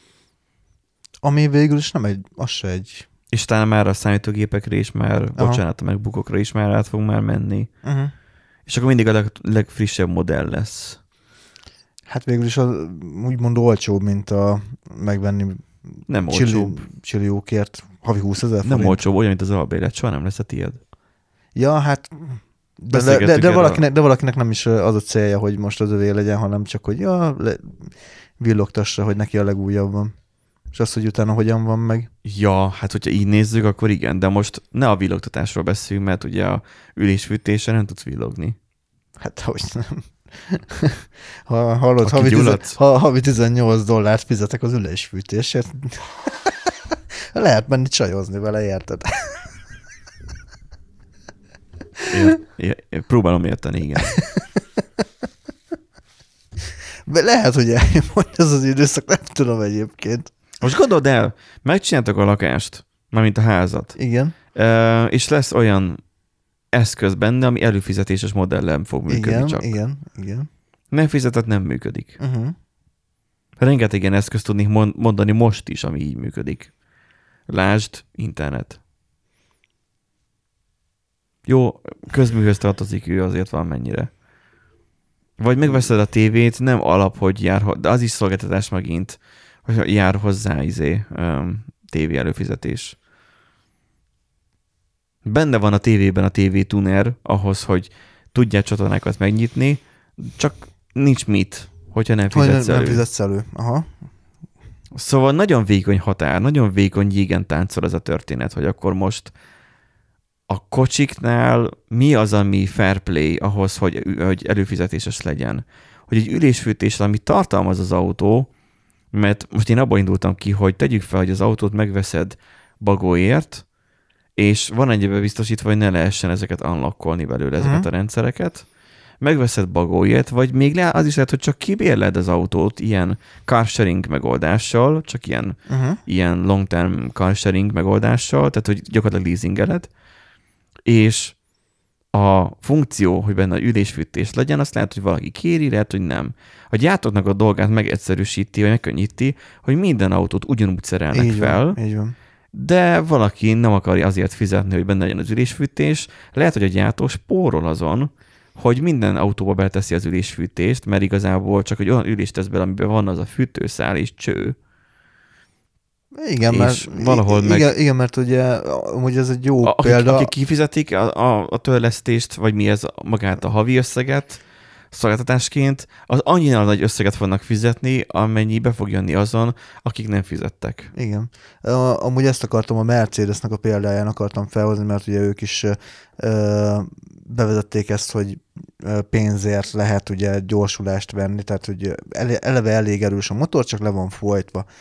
Ami végül is nem az se egy... És talán már a számítógépekre is már, bocsánat, a MacBookokra is már át fog már menni. És akkor mindig a legfrissebb modell lesz. Hát végül is az úgymond olcsóbb, mint a megvenni nem olcsóbb. Csiliókért havi 20 000 forint. Nem olcsóbb, olyan, mint az albérlet, soha nem lesz a tiéd. Ja, hát de valakinek nem is az a célja, hogy most az övé legyen, hanem csak, hogy villogtassa, hogy neki a legújabb van. És az, hogy utána hogyan van meg. Ja, hát hogyha így nézzük, akkor igen, de most ne a villogtatásról beszéljünk, mert ugye a ülésfűtésre nem tudsz villogni. Hát hogy nem. Ha hallod, havi $18 fizetek az ülésfűtésért, lehet menni csajozni vele, érted? Próbálom érteni, igen. Lehet, hogy eljön majd ez az időszak, nem tudom egyébként. Most gondold el, megcsináltak a lakást, mármint a házat. Igen. És lesz olyan eszköz benne, ami előfizetéses modellen fog működni igen, csak. Igen. Nem fizetett, nem működik. Rengeteg ilyen eszközt tudnék mondani most is, ami így működik. Lásd, internet. Jó, közműhöz tartozik ő azért valamennyire. Vagy megveszed a tévét, nem alap, hogy jár, de az is szolgáltatás megint, hogy jár hozzá tévé előfizetés. Benne van a tévében a TV tuner ahhoz, hogy tudják csatornákat megnyitni, csak nincs mit, hogyha nem fizetsz elő. Nem fizetsz elő. Aha. Szóval nagyon vékony határ, nagyon vékony jégen táncol ez a történet, hogy akkor most a kocsiknál mi az, ami fair play ahhoz, hogy előfizetéses legyen. Hogy egy ülésfűtés, ami tartalmaz az autó, mert most én abban indultam ki, hogy tegyük fel, hogy az autót megveszed bagóért, és van egyébben biztosítva, hogy ne lehessen ezeket unlockolni belőle, ezeket a rendszereket. Megveszed bagóért, vagy még az is lehet, hogy csak kibérled az autót ilyen car sharing megoldással, csak ilyen long-term car sharing megoldással, tehát hogy gyakorlatilag leasingeled, és a funkció, hogy benne a ülésfűtés legyen, azt lehet, hogy valaki kéri, lehet, hogy nem. A gyártóknak a dolgát megegyszerűsíti, vagy megkönnyíti, hogy minden autót ugyanúgy szerelnek így fel, van, így van. De valaki nem akarja azért fizetni, hogy benne legyen az ülésfűtés. Lehet, hogy a gyártó spórol azon, hogy minden autóba beteszi az ülésfűtést, mert igazából csak egy olyan ülést tesz bele, amiben van az a fűtőszál és cső. Igen, és mert, valahol igen, mert ugye amúgy ez egy jó példa. Akik kifizetik a törlesztést, vagy mi ez magát a havi összeget szolgáltatásként, az annyira nagy összeget fognak fizetni, amennyi be fog jönni azon, akik nem fizettek. Igen. Amúgy ezt akartam, a Mercedesnek a példáján akartam felhozni, mert ugye ők is bevezették ezt, hogy pénzért lehet ugye gyorsulást venni, tehát hogy eleve elég erős a motor, csak le van folytva.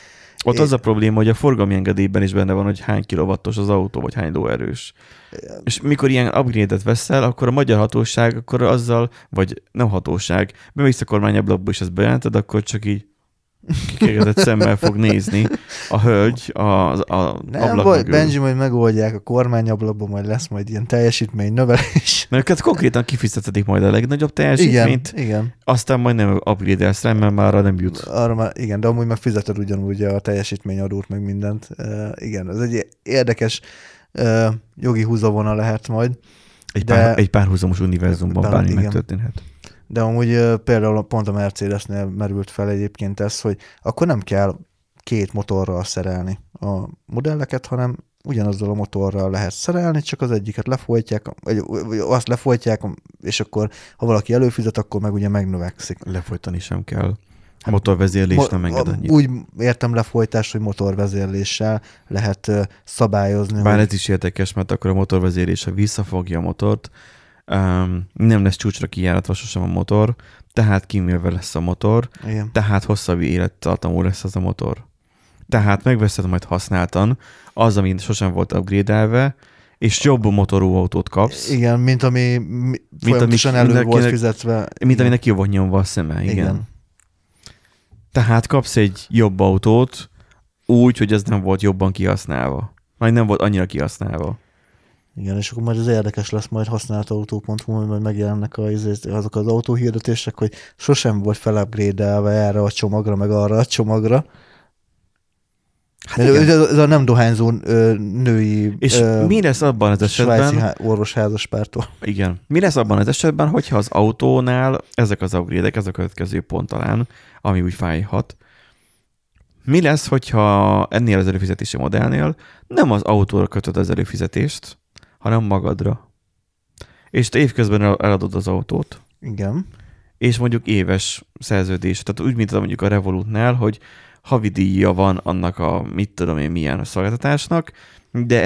Ott az a probléma, hogy a forgalmi engedélyben is benne van, hogy hány kilowattos az autó, vagy hány lóerős. És mikor ilyen upgrade-et veszel, akkor a magyar hatóság, akkor azzal, vagy nem hatóság, bemész a kormányablakba, és ezt bejelented, akkor csak így kikérgetett szemmel fog nézni a hölgy Nem ablak baj, mögül. Benji, majd megoldják a kormányablakban, majd lesz majd ilyen teljesítmény növelés. Mert őket konkrétan kifizetetik majd a legnagyobb teljesítményt, Igen. aztán majd nem upgrade-elsz rá, mert már arra nem jut. Arra már, igen, de amúgy meg fizeted ugyanúgy a teljesítményadót, meg mindent. Igen, ez egy érdekes jogi húzavona lehet majd. Egy párhuzamos univerzumban bármi igen. megtörténhet. De amúgy például pont a Mercedesnél merült fel egyébként ez, hogy akkor nem kell 2 motorral szerelni a modelleket, hanem ugyanazzal a motorral lehet szerelni, csak az egyiket lefolytják, vagy azt lefolytják, és akkor ha valaki előfizet, akkor meg ugye megnövekszik. Lefolytani sem kell. A motorvezérlés nem enged annyit. Úgy értem lefolytást, hogy motorvezérléssel lehet szabályozni. Bár hogy... ez is érdekes, mert akkor a motorvezérése visszafogja a motort, nem lesz csúcsra kijáratva sosem a motor, tehát kimélve lesz a motor, Igen. tehát hosszabb élettartamú lesz az a motor. Tehát megveszed majd használtan az, ami sosem volt upgrade-elve, és jobb motorú autót kapsz. Igen, mint ami folyamatosan elő volt fizetve. Mint aminek ki volt nyomva a szeme. Igen. Tehát kapsz egy jobb autót úgy, hogy ez nem volt jobban kihasználva. Vagy nem volt annyira kihasználva. Igen, és akkor majd az érdekes lesz, majd használtautó.hu, majd megjelennek azok az autóhirdetések, hogy sosem volt felupgrade-elve erre a csomagra, meg arra a csomagra. Hát ez a nem dohányzó női és mi lesz abban az esetben? Svájci orvosházaspártól. Igen. Mi lesz abban az esetben, hogyha az autónál ezek az upgrade-ek, ez a következő pont talán, ami úgy fájhat. Mi lesz, hogyha ennél az előfizetési modellnél nem az autóra kötöd az előfizetést, hanem magadra. És te évközben eladod az autót. Igen. És mondjuk éves szerződés. Tehát úgy, mint mondjuk a Revolutnál, hogy havidíja van annak a mit tudom én milyen szolgáltatásnak, de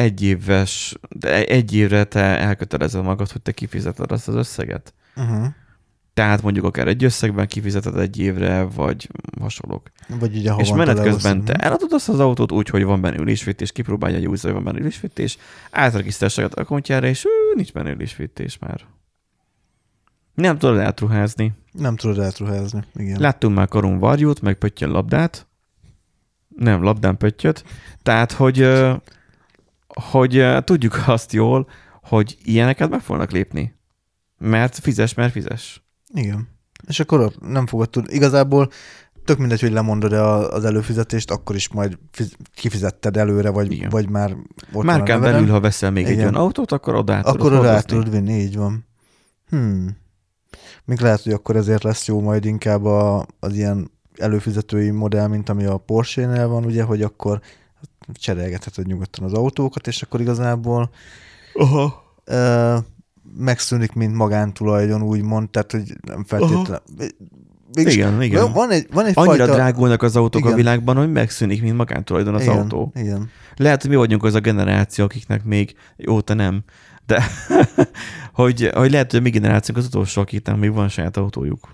egy évre te elkötelezed magad, hogy te kifizeted azt az összeget. Uh-huh. Tehát mondjuk akár egy összegben kifizeted egy évre, vagy hasonlók. Vagy ugye és menet közben te eladod azt az autót úgy, hogy van benne ülésfűtés, kipróbálja egy újra, hogy van benne ülésfűtés, átregisztrálja a kontjára, és nincs benne ülésfűtés már. Nem tudod átruházni. Nem tudod átruházni, igen. Láttunk már karun varjút, meg pöttyön labdát. Nem, labdán pöttyöt. Tehát, hogy tudjuk azt jól, hogy ilyeneket meg fognak lépni. Mert fizes. Igen. És akkor nem fogod tudni. Igazából tök mindegy, hogy lemondod az előfizetést, akkor is majd kifizetted előre, vagy már ott márkán belül, ha veszel még egy olyan autót, akkor oda át tudod vinni, így van. Még lehet, hogy akkor ezért lesz jó majd inkább az ilyen előfizetői modell, mint ami a Porsche-nél van, ugye, hogy akkor cserélgetheted nyugodtan az autókat, és akkor igazából megszűnik, mint magántulajdon, úgymond, tehát, hogy nem feltétlenül... Igen. Van egy annyira fajta... drágulnak az autók a világban, hogy megszűnik, mint magántulajdon az autó. Igen. Lehet, hogy mi vagyunk az a generáció, akiknek még óta nem, de hogy lehet, hogy a mi generációnk az utolsó, akiknek még van saját autójuk.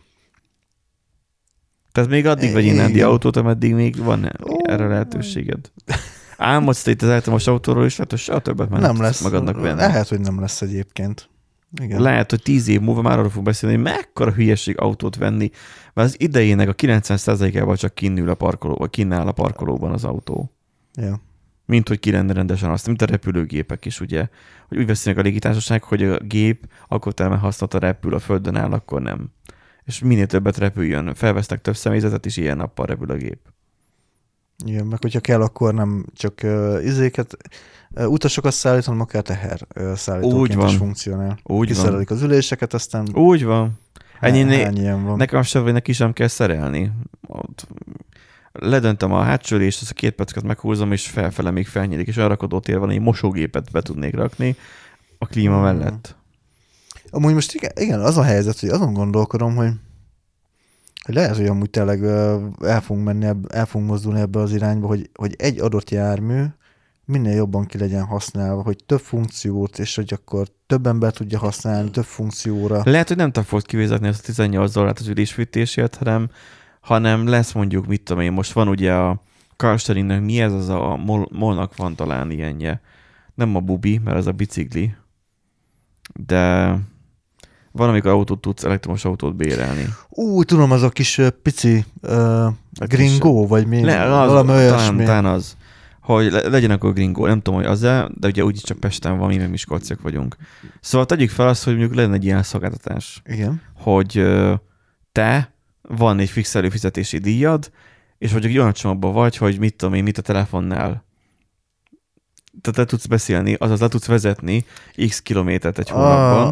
Tehát még addig vagy innen autót, ameddig még van erre lehetőséged. Álmodsz te itt az elektromos autóról, és lehet, hogy soha többet már nem lesz magadnak venni. Lehet, hogy nem lesz egyébként. Igen. Lehet, hogy 10 év múlva már arról fog beszélni, hogy mekkora hülyeség autót venni, mert az idejének a 90%-ával csak kinnál a parkolóban az autó. Ja. Mint hogy ki lenne rendesen azt, mint a repülőgépek is, ugye. Hogy úgy veszik a légitársaság, hogy a gép akkor talán használta repül, a földön áll, akkor nem. És minél többet repüljön. Felvesznek több személyzetet, és ilyen nappal repül a gép. Igen, meg hogyha kell, akkor nem csak utasokat szállít, hanem akár teher szállítóként is funkcionál. Kiszerelik az üléseket, aztán... Úgy van. Hány ilyen van? Nekem neki sem kell szerelni. Ott ledöntöm a hátsó ülést, azt a 2 percet meghúzom, és felfele még felnyílik, és arrakodótér van, egy mosógépet be tudnék rakni a klíma mellett. Amúgy most igen, az a helyzet, hogy azon gondolkodom, hogy lehet, hogy amúgy tényleg el fogunk mozdulni ebbe az irányba, hogy egy adott jármű minél jobban ki legyen használva, hogy több funkciót, és hogy akkor több ember tudja használni, több funkcióra. Lehet, hogy nem fogod kifizetni azt a $18 az ülésfűtésért, hanem lesz mondjuk, mit tudom én, most van ugye a carsharingnek mi ez, az a molnak van talán ilyenje. Nem a bubi, mert ez a bicikli, de van, amikor autót tudsz, elektromos autót bérelni. Tudom, az a kis pici gringó, vagy mi? Valami olyasmi. Talán az, hogy legyen akkor gringó. Nem tudom, hogy az-e, de ugye úgyis csak Pesten van, mi meg Miskolciak vagyunk. Szóval tegyük fel azt, hogy mondjuk lenne egy ilyen szolgáltatás. Igen. Hogy te van egy fix előfizetési díjad, és mondjuk egy olyan csomagban vagy, hogy mit tudom én, mit a telefonnál. Tehát le tudsz beszélni, azaz le tudsz vezetni x kilométert egy hónapban.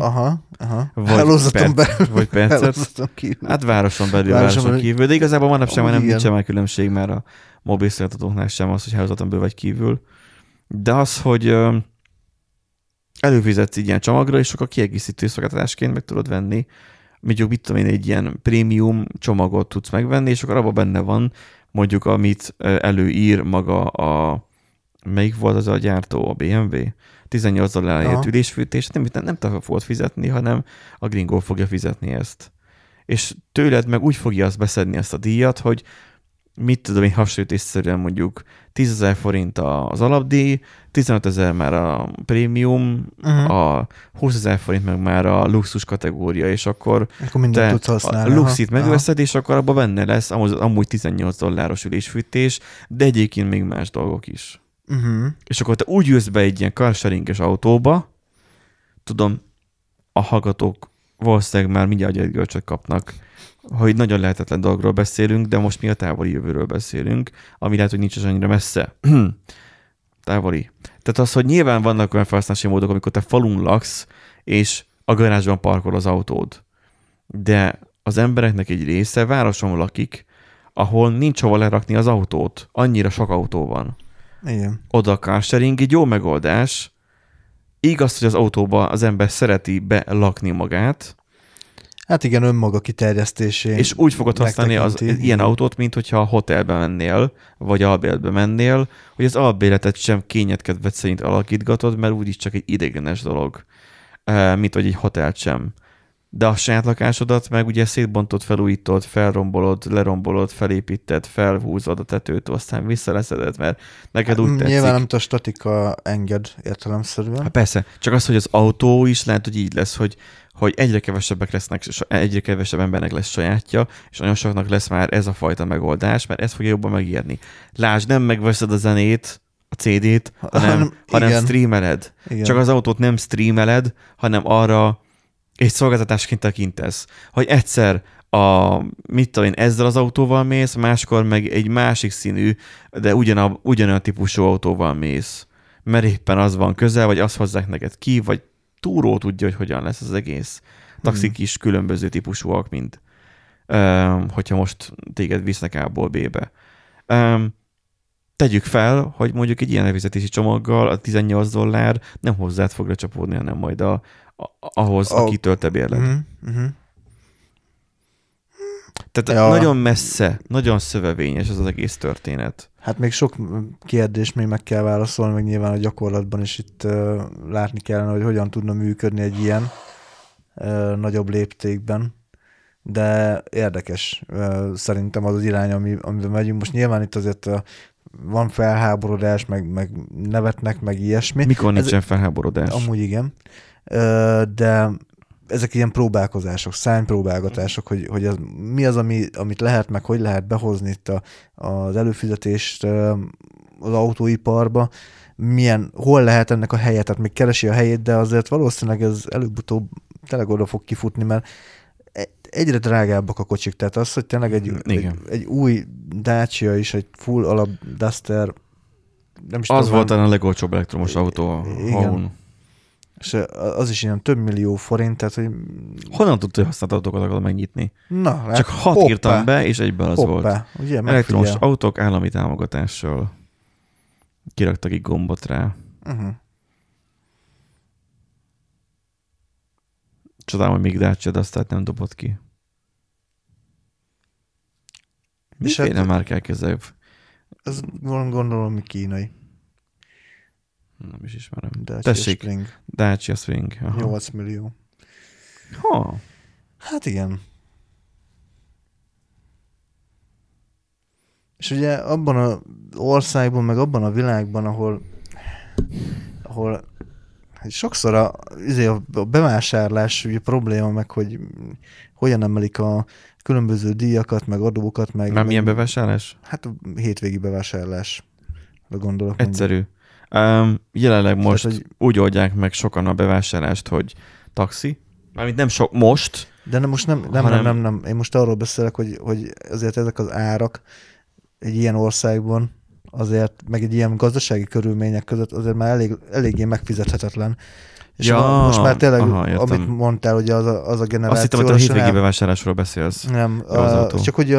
Vagy percet. Hát városon belül, városon kívül. De igazából manapság már nem nincsen már különbség, mert a mobilszolgáltatóknál sem az, hogy hálózaton belül vagy kívül. De az, hogy előfizetsz egy ilyen csomagra, és akkor kiegészítő szolgáltatásként meg tudod venni. Mondjuk mit tudom én, egy ilyen prémium csomagot tudsz megvenni, és akkor abban benne van mondjuk, amit előír maga a melyik volt az a gyártó, a BMW? $18 ülésfűtés, nem te fogod fizetni, hanem a gringó fogja fizetni ezt. És tőled meg úgy fogja azt beszedni ezt a díjat, hogy mit tudom én, hasonlítésszerűen mondjuk 10 000 forint az alapdíj, 15 000 már a prémium, a 20 000 forint meg már a luxus kategória, és akkor mindent tudsz használni. A luxit megveszed, és akkor abban benne lesz amúgy $18 ülésfűtés, de egyébként még más dolgok is. És akkor te úgy jössz be egy ilyen carsharinges autóba, tudom, a hallgatók valószínűleg már mindjárt agyagörcsöt kapnak, hogy nagyon lehetetlen dolgról beszélünk, de most mi a távoli jövőről beszélünk, ami lehet, hogy nincs az annyira messze. Távoli. Tehát az, hogy nyilván vannak olyan felhasználási módok, amikor te falun laksz, és a garázsban parkol az autód. De az embereknek egy része városon lakik, ahol nincs hova lerakni az autót. Annyira sok autó van. Igen. Oda a carsharing egy jó megoldás. Igaz, hogy az autóba az ember szereti belakni magát. Hát igen, önmaga kiterjesztésén. És úgy fogod használni az ilyen autót, mint hogyha a hotelbe mennél, vagy albérletbe mennél, hogy az albérletet sem kényedkedved szerint alakítgatod, mert úgyis csak egy ideiglenes dolog, mint hogy egy hotelt sem. De a saját lakásodat meg ugye szétbontod, felújítod, felrombolod, lerombolod, felépíted, felhúzod a tetőt, aztán visszaleszeded, mert neked úgy tetszik. Nyilván nem a statika enged értelemszerűen. Hát persze, csak az, hogy az autó is lehet, hogy így lesz, hogy egyre kevesebb embernek lesz sajátja, és nagyon soknak lesz már ez a fajta megoldás, mert ez fogja jobban megírni. Lásd, nem megveszed a zenét, a CD-t, hanem streameled. Igen. Csak az autót nem streameled, hanem arra egy szolgáltatásként tekintesz. Hogy egyszer mit tudom én, ezzel az autóval mész, máskor meg egy másik színű, de ugyanolyan típusú autóval mész. Mert éppen az van közel, vagy azt hozzák neked ki, vagy túró tudja, hogy hogyan lesz az egész. Taxik is különböző típusúak, mint hogyha most téged visznek A-ból B-be. Tegyük fel, hogy mondjuk egy ilyen elfizetési csomaggal a $18 nem hozzád fog lecsapódni, hanem majd ahhoz, akitől te bérled. Tehát nagyon messze, nagyon szövevényes ez az egész történet. Hát még sok kérdést még meg kell válaszolni, meg nyilván a gyakorlatban is itt látni kellene, hogy hogyan tudna működni egy ilyen nagyobb léptékben. De érdekes szerintem az irány, amiben megyünk. Most nyilván itt azért van felháborodás, meg nevetnek, meg ilyesmi. Mikor nincsen felháborodás? Amúgy igen. De ezek ilyen próbálkozások, szárnypróbálgatások, hogy mi az, amit lehet, meg hogy lehet behozni itt az előfizetést az autóiparba, hol lehet ennek a helye, tehát még keresi a helyét, de azért valószínűleg ez előbb-utóbb tényleg oda fog kifutni, mert egyre drágábbak a kocsik, tehát az, hogy tényleg egy új Dacia is, egy full alap Duster, nem is az volt a legolcsóbb elektromos autó a Haun. És az is ilyen több millió forint, tehát hogy... Honnan tudta, hogy használt autókat akarod megnyitni? Na, csak 6 írtam be, és egyben az volt. Ugye, elektromos autók állami támogatással. Kiraktak egy gombot rá. Csodálom, hogy még Dacia Duster nem dobott ki. Miféle márkák ezek? Ez gondolom, mi kínai. Nem is ismerem. Tessék, Spring. Dacia Spring. Aha. 8 millió. Hát igen. És ugye abban az országban, meg abban a világban, ahol sokszor a bevásárlás ugye probléma, meg hogy hogyan emelik a különböző díjakat, meg adókat, meg... Már milyen bevásárlás? Hát a hétvégi bevásárlásra gondolok. Egyszerű. Jelenleg most Tehát, hogy... úgy oldják meg sokan a bevásárlást, hogy taxi. Mármint nem sok most. De most nem. Én most arról beszélek, hogy azért ezek az árak egy ilyen országban azért, meg egy ilyen gazdasági körülmények között azért már eléggé megfizethetetlen. És most már tényleg, amit mondtál, hogy az a generáció... Azt hittem, hogy a hétvégi bevásárlásról beszélsz. Nem, csak hogy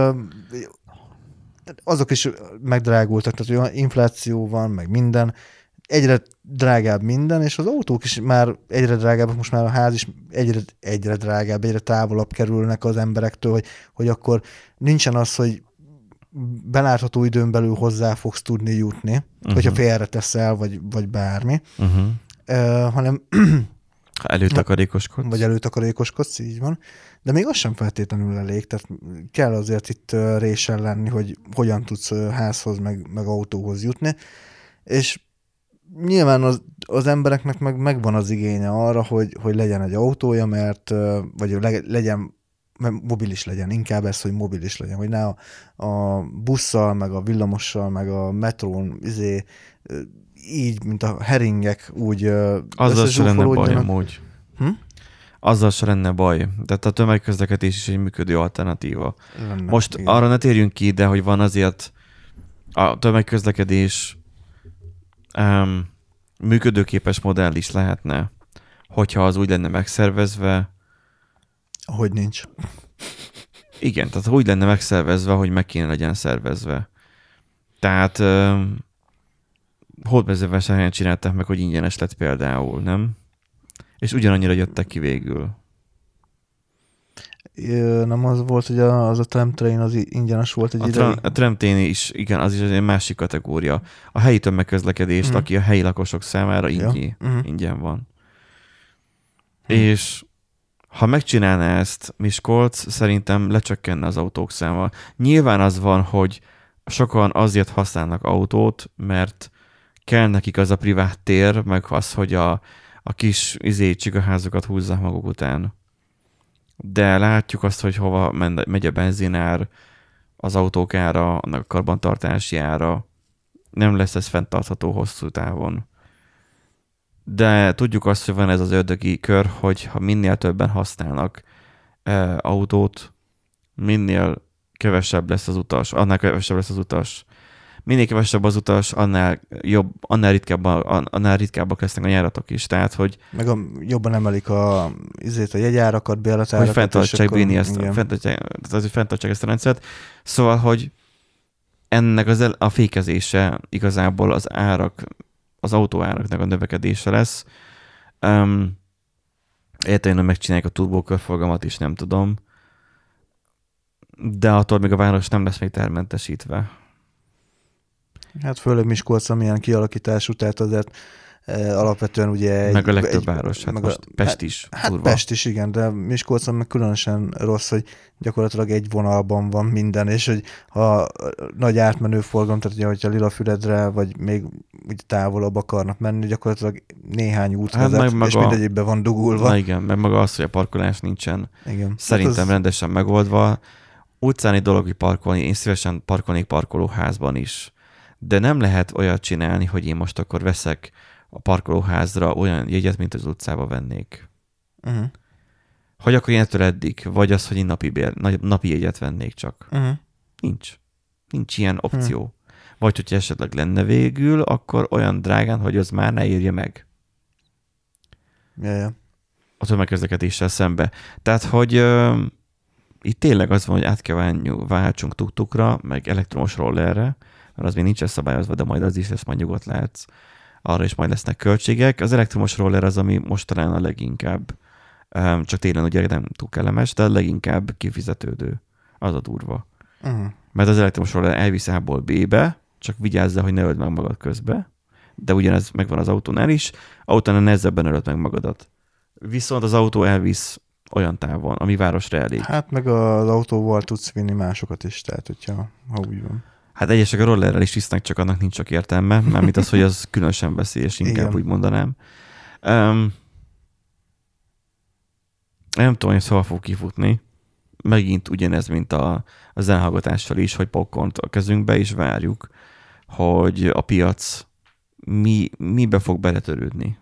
azok is megdrágultak, tehát olyan infláció van, meg minden, egyre drágább minden, és az autók is már egyre drágábbak, most már a ház is egyre drágább, egyre távolabb kerülnek az emberektől, hogy akkor nincsen az, hogy belátható időn belül hozzá fogsz tudni jutni, hogyha félreteszel, vagy bármi, hanem ha előtakarékoskodsz. Vagy előtakarékoskodsz, így van. De még az sem feltétlenül elég, tehát kell azért itt résen lenni, hogy hogyan tudsz házhoz, meg autóhoz jutni, és nyilván az embereknek megvan az igénye arra, hogy legyen egy autója, vagy legyen, mobilis legyen, inkább ez, hogy mobilis legyen, hogy ne a busszal, meg a villamossal, meg a metrón, így, mint a heringek, úgy azzal se lenne baj amúgy. Azzal se lenne baj. Tehát a tömegközlekedés is egy működő alternatíva. Most igen. Arra ne térjünk ki, de hogy van azért a tömegközlekedés működőképes modell is lehetne, hogyha az úgy lenne megszervezve. Hogy nincs. Igen, tehát úgy lenne megszervezve, hogy meg kéne legyen szervezve. Tehát hódmezővásárhelyen csinálták meg, hogy ingyenes lett például, nem? És ugyanannyira jöttek ki végül. Nem az volt, hogy az a tramtrain az ingyenes volt egy ideig? A tramtrain is, igen, az is egy másik kategória. A helyi tömegközlekedést, aki a helyi lakosok számára ingyen van. És ha megcsinálná ezt Miskolc, szerintem lecsökkenne az autók száma. Nyilván az van, hogy sokan azért használnak autót, mert kell nekik az a privát tér, meg az, hogy a kis csigaházokat húzzák maguk után. De látjuk azt, hogy hova megy a benzinár, az autók ára, annak a karbantartási ára. Nem lesz ez fenntartható hosszú távon. De tudjuk azt, hogy van ez az ördögi kör, hogy ha minél többen használnak autót, minél kevesebb lesz az utas, annál kevesebb lesz az utas. Minél kevesebb az utas, annál jobb, annál ritkábbak lesznek a járatok is. Tehát, hogy meg jobban emelik a jegyárakat, bérletárakat. Hogy fenntartsák ezt a rendszert. Szóval, hogy ennek a fékezése igazából az autóáraknak a növekedése lesz. Értelemben megcsinálják a turbókörforgalmat is, nem tudom. De attól még a város nem lesz még termentesítve. Hát főleg Miskolc, amilyen kialakítású, tehát azért alapvetően ugye... Meg a legtöbb város, hát most Pest is. Hát Pest is, igen, de Miskolcon meg különösen rossz, hogy gyakorlatilag egy vonalban van minden, és hogy ha nagy átmenő forgalom, tehát ugye, hogyha Lilafüredre, vagy még úgy távolabb akarnak menni, gyakorlatilag néhány út vezet, és mindegyikben van dugulva. Na igen, meg maga az, hogy a parkolás nincsen szerintem rendesen megoldva. Utcán egy dolog, hogy parkolni, én szívesen parkolnék parkolóházban is. De nem lehet olyat csinálni, hogy én most akkor veszek a parkolóházra olyan jegyet, mint az utcába vennék. Hogy akkor én ettől eddig, vagy az, hogy én napi jegyet vennék csak. Nincs ilyen opció. Vagy hogyha esetleg lenne végül, akkor olyan drágán, hogy az már ne érje meg. A tömegközlekedéssel szembe. Tehát, hogy itt tényleg az van, hogy át kell váltsunk tuk-tukra, meg elektromos rollerre, mert az még nincs szabályozva, de majd az is lesz, majd nyugodt lehetsz. Arra is majd lesznek költségek. Az elektromos roller az, ami most talán a leginkább, csak télen ugye nem túl kellemes, de a leginkább kifizetődő. Az a durva. Mert az elektromos roller elvisz A-ból B-be, csak vigyázz, hogy ne öld meg magad közbe, de ugyanez megvan az autónál is, autónál nehezebben ölöd meg magadat. Viszont az autó elvisz olyan távon, ami városra elég. Hát meg az autóval tudsz vinni másokat is, tehát hogyha úgy van. Hát egyesek a rollerrel is visznek, csak annak nincs csak értelme, mármint az, hogy az különösen veszélyes, inkább Igen. úgy mondanám. Nem tudom, hogy ez hol fog kifutni. Megint ugyanez, mint a zenehallgatással is, hogy popcornt a kezünkbe, és várjuk, hogy a piac mibe fog beletörődni.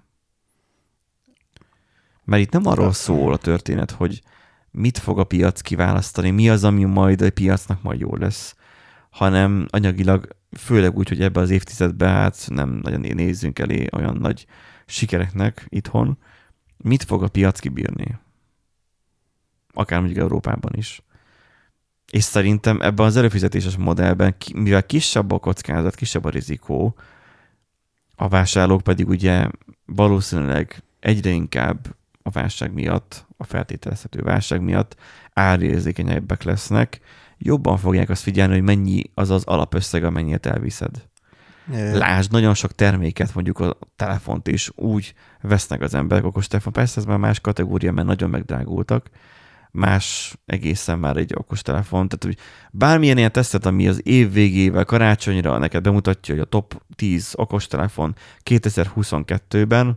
Mert itt nem arról szól a történet, hogy mit fog a piac kiválasztani, mi az, ami majd a piacnak majd jó lesz, hanem anyagilag, főleg úgy, hogy ebbe az évtizedben hát nem nagyon nézzünk elé olyan nagy sikereknek itthon, mit fog a piac kibírni? Akár mondjuk Európában is. És szerintem ebben az előfizetéses modellben, mivel kisebb a kockázat, kisebb a rizikó, a vásárlók pedig ugye valószínűleg egyre inkább a válság miatt, a feltételezhető válság miatt árérzékenyebbek lesznek, jobban fogják azt figyelni, hogy mennyi az az alapösszeg, amennyit elviszed. Lásd, nagyon sok terméket, mondjuk a telefont is úgy vesznek az emberek, okostelefon. Persze ez már más kategória, mert nagyon megdrágultak, más egészen már egy okostelefon. Tehát, hogy bármilyen ilyen tesztet, ami az év végével, karácsonyra neked bemutatja, hogy a top 10 okostelefon 2022-ben,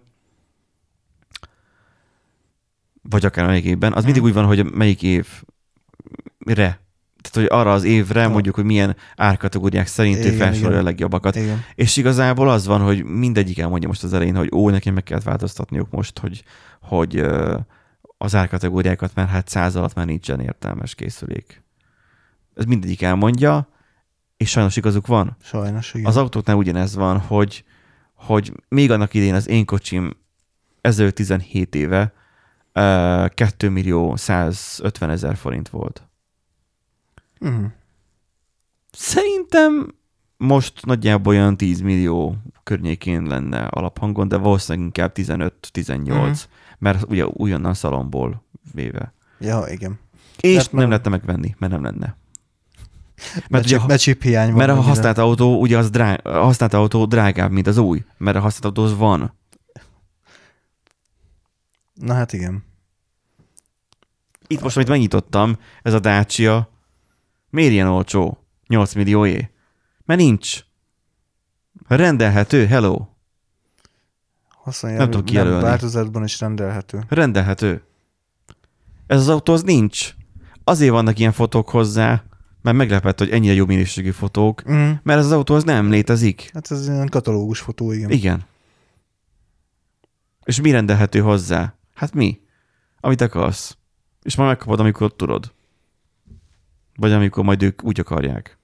vagy akár melyik évben, az mindig úgy van, hogy melyik évre. Tehát, hogy arra az évre mondjuk, hogy milyen árkategóriák szerint ő felsorolja a legjobbakat. Igen. És igazából az van, hogy mindegyik elmondja most az elején, hogy nekem meg kellett változtatniuk most, hogy az árkategóriákat, mert hát 100 alatt már nincsen értelmes készülék. Ez mindegyik elmondja, és sajnos igazuk van. Sajnos, igen. Az autóknál ugyanez van, hogy még annak idén az én kocsim ezelőtt 17 éve 2 millió 150 000 forint volt. Szerintem most nagyjából olyan 10 millió környékén lenne alaphangon, de valószínűleg inkább 15-18, mert ugye újonnan szalomból véve. Ja, igen. És nem lehetne megvenni, mert nem lenne. Mert chip hiány van. Mert a használt autó, ugye az a használt autó drágább, mint az új, mert a használt autóhoz van. Na hát igen. Itt most, amit megnyitottam, ez a Dacia, miért ilyen olcsó? 8 millióé? Mert nincs. Rendelhető, hello. Nem tudom kijelölni. Változatban is rendelhető. Rendelhető. Ez az autó az nincs. Azért vannak ilyen fotók hozzá, mert meglepett, hogy ennyire jó minőségű fotók, mert ez az autó az nem létezik. Hát ez ilyen katalógus fotó, igen. Igen. És mi rendelhető hozzá? Hát mi? Amit akarsz. És már megkapod, amikor tudod. Vagy amikor majd ők úgy akarják.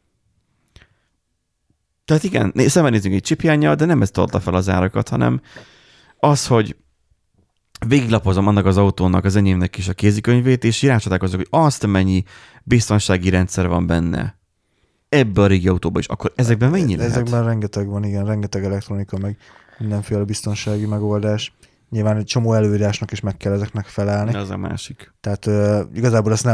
Tehát igen, szembenézünk egy chiphiánnyal, de nem ez tolta fel az árakat, hanem az, hogy végiglapozom annak az autónak, az enyémnek is a kézikönyvét, és rácsodálkozok, hogy azt mennyi biztonsági rendszer van benne. Ebben a régi autóban is. Akkor ezekben mennyi lehet? Ezekben rengeteg van, igen, rengeteg elektronika, meg mindenféle biztonsági megoldás. Nyilván egy csomó előírásnak is meg kell ezeknek felelni. Ez a másik. Tehát igazából ezt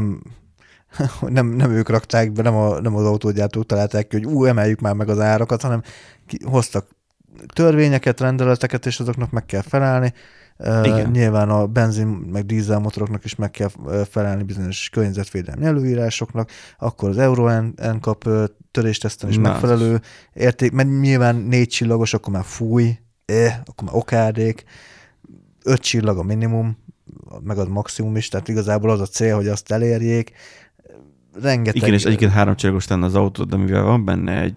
nem ők rakták be, nem az autógyártók találták ki, hogy emeljük már meg az árakat, hanem hoztak törvényeket, rendeleteket, és azoknak meg kell felelni. Nyilván a benzin meg dízel motoroknak is meg kell felelni bizonyos környezetvédelmi előírásoknak, akkor az Euro NCAP törésteszten is megfelelő érték, mert nyilván 4 csillagos, akkor már fúj, akkor már okádék, 5 csillag a minimum, meg az maximum is, tehát igazából az a cél, hogy azt elérjék. Rengeteg... Igen, és egyébként 3 csillagos lenne az autó, de mivel van benne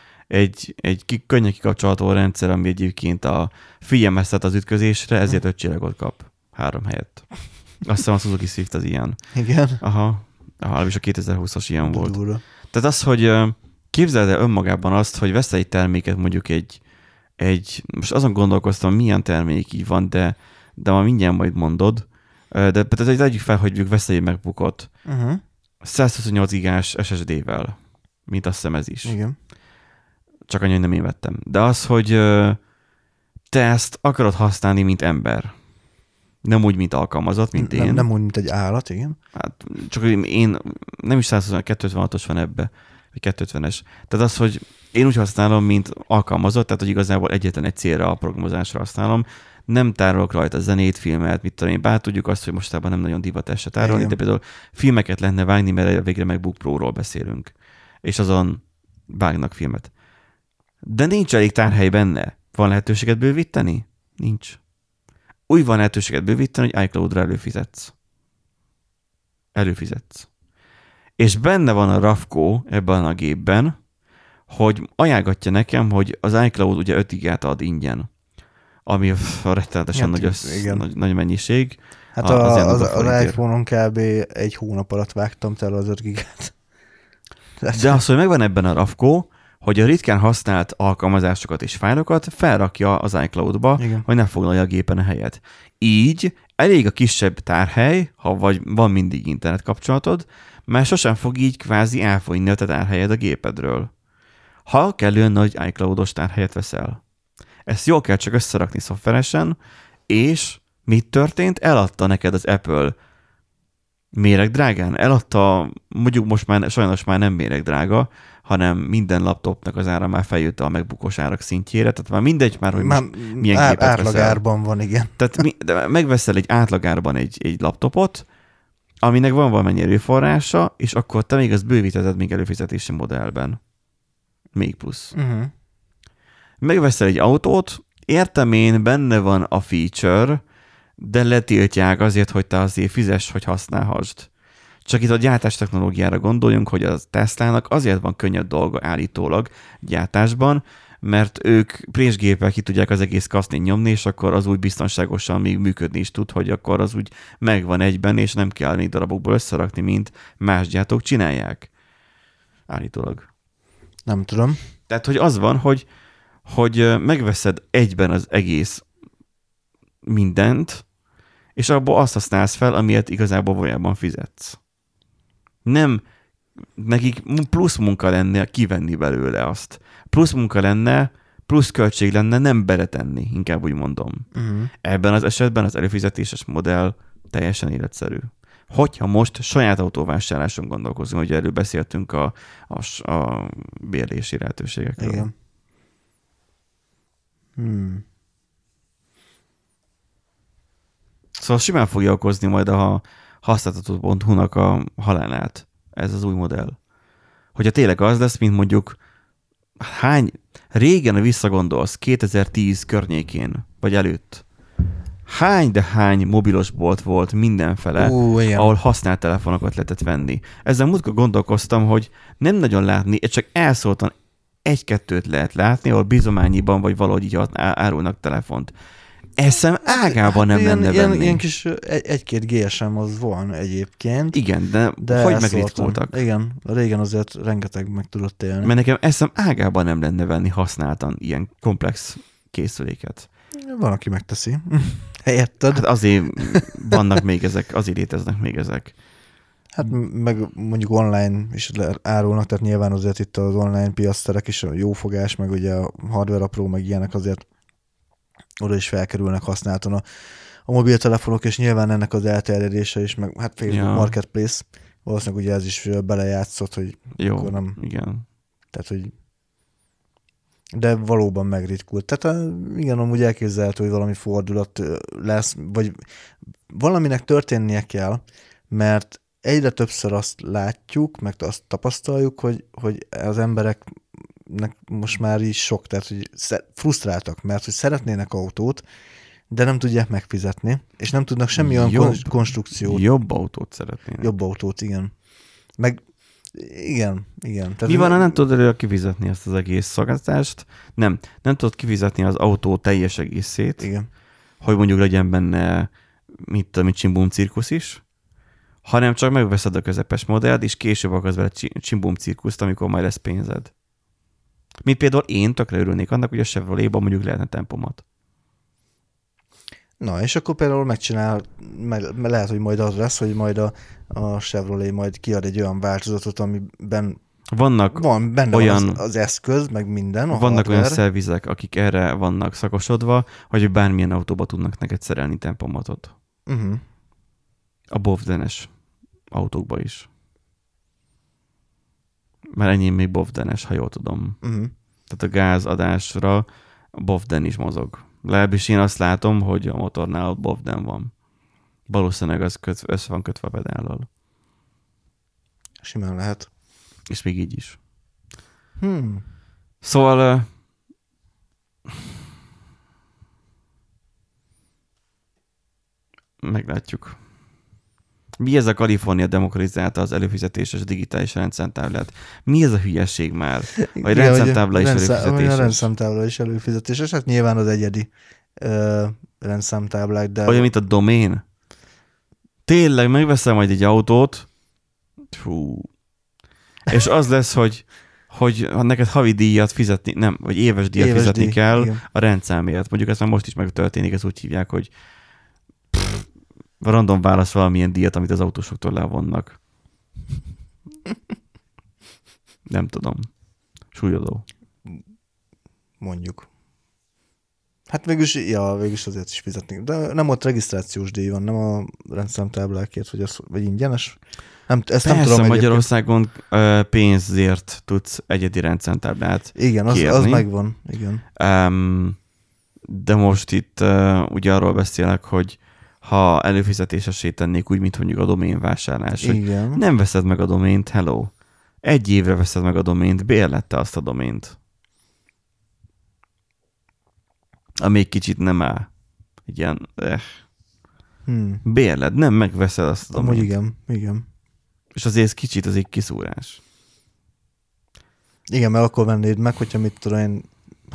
egy könnyen kikapcsolható rendszer, ami egyébként figyelmeztet az ütközésre, ezért 5 csillagot kap 3 helyett. Azt hiszem a Suzuki Swift az ilyen. Igen? Aha, és a 2020-as ilyen volt. Durva. Tehát az, hogy képzeld el önmagában azt, hogy veszel egy terméket, mondjuk most azon gondolkoztam, milyen termék így van, de már mindjárt majd mondod, de tehát tegyük fel, hogy veszel egy MacBookot 128 gigás SSD-vel, mint azt hiszem ez is. Igen. Csak annyi, hogy nem én vettem. De az, hogy te ezt akarod használni, mint ember. Nem úgy, mint alkalmazott, mint én. Nem úgy, mint egy állat, igen. Hát csak én nem is 256-os van ebbe, vagy 250-es. Tehát az, hogy én úgy használom, mint alkalmazott, tehát hogy igazából egyetlen egy célra a programozásra használom. Nem tárolok rajta zenét, filmet, mit tudom én, bár tudjuk azt, hogy mostában nem nagyon divat se tárolni, de például filmeket lehetne vágni, mert végre MacBook Pro-ról beszélünk. És azon vágnak filmet. De nincs elég tárhely benne. Van lehetőséget bővíteni? Nincs. Úgy van lehetőséget bővíteni, hogy iCloud-ra előfizetsz. És benne van a Ravco ebben a gépben, hogy ajánlgatja nekem, hogy az iCloud ugye 5 gigát ad ingyen, ami rettenetesen nagy mennyiség. Hát az iPhone-on kb. Egy hónap alatt vágtam tele az 5 gigát. De az, hogy megvan ebben a Ravco, hogy a ritkán használt alkalmazásokat és fájlokat felrakja az iCloud-ba, igen, hogy ne foglalja a gépen a helyet. Így elég a kisebb tárhely, ha vagy van mindig internet kapcsolatod, mert sosem fog így kvázi elfogyni a te tárhelyed a gépedről. Ha kellően nagy iCloud-os tárhelyet veszel. Ezt jól kell csak összerakni szoftveresen, és mit történt? Eladta neked az Apple méregdrágán. Eladta, mondjuk most már sajnos már nem méregdrága, hanem minden laptopnak az ára már feljött a MacBook-os árak szintjére, tehát már mindegy már, hogy most milyen gépet átlagárban van, igen. Tehát megveszel egy átlagárban egy laptopot, aminek van valamennyi erőforrása, és akkor te még azt bővítheted még előfizetési modellben. Még plusz. Uh-huh. Megveszel egy autót, értem én, benne van a feature, de letiltják azért, hogy te azért fizess, hogy használhassd. Csak itt a gyártás technológiára gondoljunk, hogy a Teslának azért van könnyebb dolga állítólag gyártásban, mert ők présgéppel ki tudják az egész kaszni nyomni, és akkor az úgy biztonságosan még működni is tud, hogy akkor az úgy megvan egyben, és nem kell még darabokból összerakni, mint más gyártók csinálják. Állítólag. Nem tudom. Tehát, hogy az van, hogy megveszed egyben az egész mindent, és abból azt használsz fel, amiért igazából valójában fizetsz. Nem, nekik plusz munka lenne kivenni belőle azt. Plusz munka lenne, plusz költség lenne nem beletenni, inkább úgy mondom. Uh-huh. Ebben az esetben az előfizetéses modell teljesen életszerű. Hogyha most saját autóvásárláson gondolkozunk, hogy erről beszéltünk a bérlési lehetőségekről. Igen. Szóval simán fogja okozni majd a használtató.hu-nak a halálát, ez az új modell. Hogyha tényleg az lesz, mint mondjuk régen visszagondolsz, 2010 környékén, vagy előtt, hány mobilos bolt volt mindenfele, ahol használt telefonokat lehetett venni. Ezzel múltkor gondolkoztam, hogy nem nagyon látni, csak elszóltan egy-kettőt lehet látni, ahol bizományiban vagy valahogy így árulnak telefont. Eszem ágában nem lenne venni. Ilyen kis egy-két GSM az van egyébként. Igen, de hogy megritkultak. Igen, régen azért rengeteg meg tudott élni. Mert nekem eszem ágában nem lenne venni használtan ilyen komplex készüléket. Van, aki megteszi. Helyetted. Hát azért vannak még ezek, azért léteznek még ezek. Hát meg mondjuk online is árulnak, tehát nyilván azért itt az online piaszterek is a jófogás, meg ugye a hardware apró, meg ilyenek azért oda is felkerülnek használtan a mobiltelefonok, és nyilván ennek az elterjedése is, meg hát Facebook Marketplace, valószínűleg ugye ez is belejátszott, hogy jó, akkor nem... Igen. Tehát, hogy de valóban megritkult. Tehát igen, amúgy elképzelhető, hogy valami fordulat lesz, vagy valaminek történnie kell, mert egyre többször azt látjuk, meg azt tapasztaljuk, hogy az embereknek most már is sok, tehát hogy frusztráltak, mert hogy szeretnének autót, de nem tudják megfizetni, és nem tudnak semmi olyan konstrukciót. Jobb autót szeretnének. Jobb autót, igen. Meg igen. Tehát mi van, ha nem tudod előre kifizetni ezt az egész szolgáltatást? Nem tudod kifizetni az autó teljes egészét, igen. Hogy mondjuk legyen benne mit csimbum cirkusz is, hanem csak megveszed a közepes modellt, és később akarsz vele csimbum cirkuszt, amikor majd lesz pénzed. Mint például én tökre örülnék annak, hogy a Chevroletban mondjuk lehetne tempomat. Na, és akkor például lehet, hogy majd az lesz, hogy majd a Chevrolet majd kiad egy olyan változatot, amiben van benne olyan, az eszköz, meg minden. Vannak olyan szervizek, akik erre vannak szakosodva, hogy bármilyen autóba tudnak neked szerelni tempomatot. Uh-huh. A bovdenes autókba is. Mert enyém még bovdenes, ha jól tudom. Uh-huh. Tehát a gázadásra a bovden is mozog. Legalábbis én azt látom, hogy a motornál ott bovden van. Valószínűleg az össze van kötve a pedállal. Simán lehet. És még így is. Szóval meglátjuk. Mi ez a Kalifornia demokratizálta az előfizetéses digitális rendszámtáblát? Mi ez a hülyeség már? Vagy rendszámtábla is előfizetéses? A rendszámtábla is előfizetéses. Hát nyilván az egyedi rendszámtáblák, de... Olyan, mint a domén? Tényleg megveszem majd egy autót, és az lesz, hogy neked havi díjat fizetni, nem, vagy éves díjat fizetni kell, igen, a rendszámért. Mondjuk ez már most is megtörténik, ezt úgy hívják, hogy random válasz valamilyen díjat, amit az autósoktól levonnak. Nem tudom. Súlyodó. Mondjuk. Hát végülis azért is fizetni. De nem ott regisztrációs díj van, nem a rendszámtáblákért, vagy ingyenes. Ezt persze, nem tudom. Magyarországon pénzért tudsz egyedi rendszámtáblát igen, az megvan. Igen. De most itt ugye arról beszélek, hogy ha előfizetésessé tennék úgy, mint mondjuk a doménvásárlás, hogy nem veszed meg a domént, hello. 1 évre veszed meg a domént, bérlette azt a domént. Amíg kicsit nem áll. Igen. Bérled, nem megveszed azt a domént. Amúgy igen. És azért ez kicsit az egy kiszúrás. Igen, mert akkor vennéd meg, hogyha mit tudom én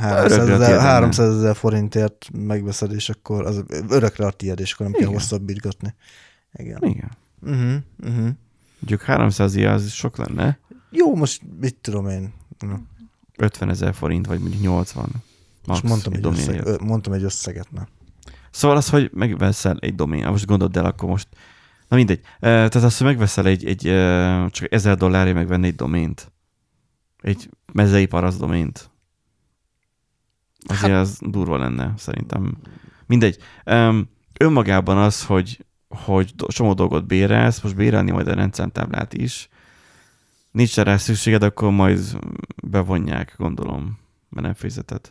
300 000 forintért megveszed, és akkor az örökre a tiéd, és akkor nem kell hosszabbítgatni. Igen. Mondjuk 300 000 az sok lenne. Jó, most mit tudom én. 50 000 forint, vagy mondjuk 80. Max, mondtam egy összeget. Na. Szóval az, hogy megveszel egy domén. Most gondold el, akkor most... Na mindegy. Tehát az, hogy megveszel egy csak $1000 megvenni egy domént. Egy mezei parasz domént. Azért az durva lenne, szerintem. Mindegy. Önmagában az, hogy csomó dolgot bérelsz, most bérelni majd a rendszámtáblát is. Nincs rá szükséged, akkor majd bevonják, gondolom, mert nem fizeted.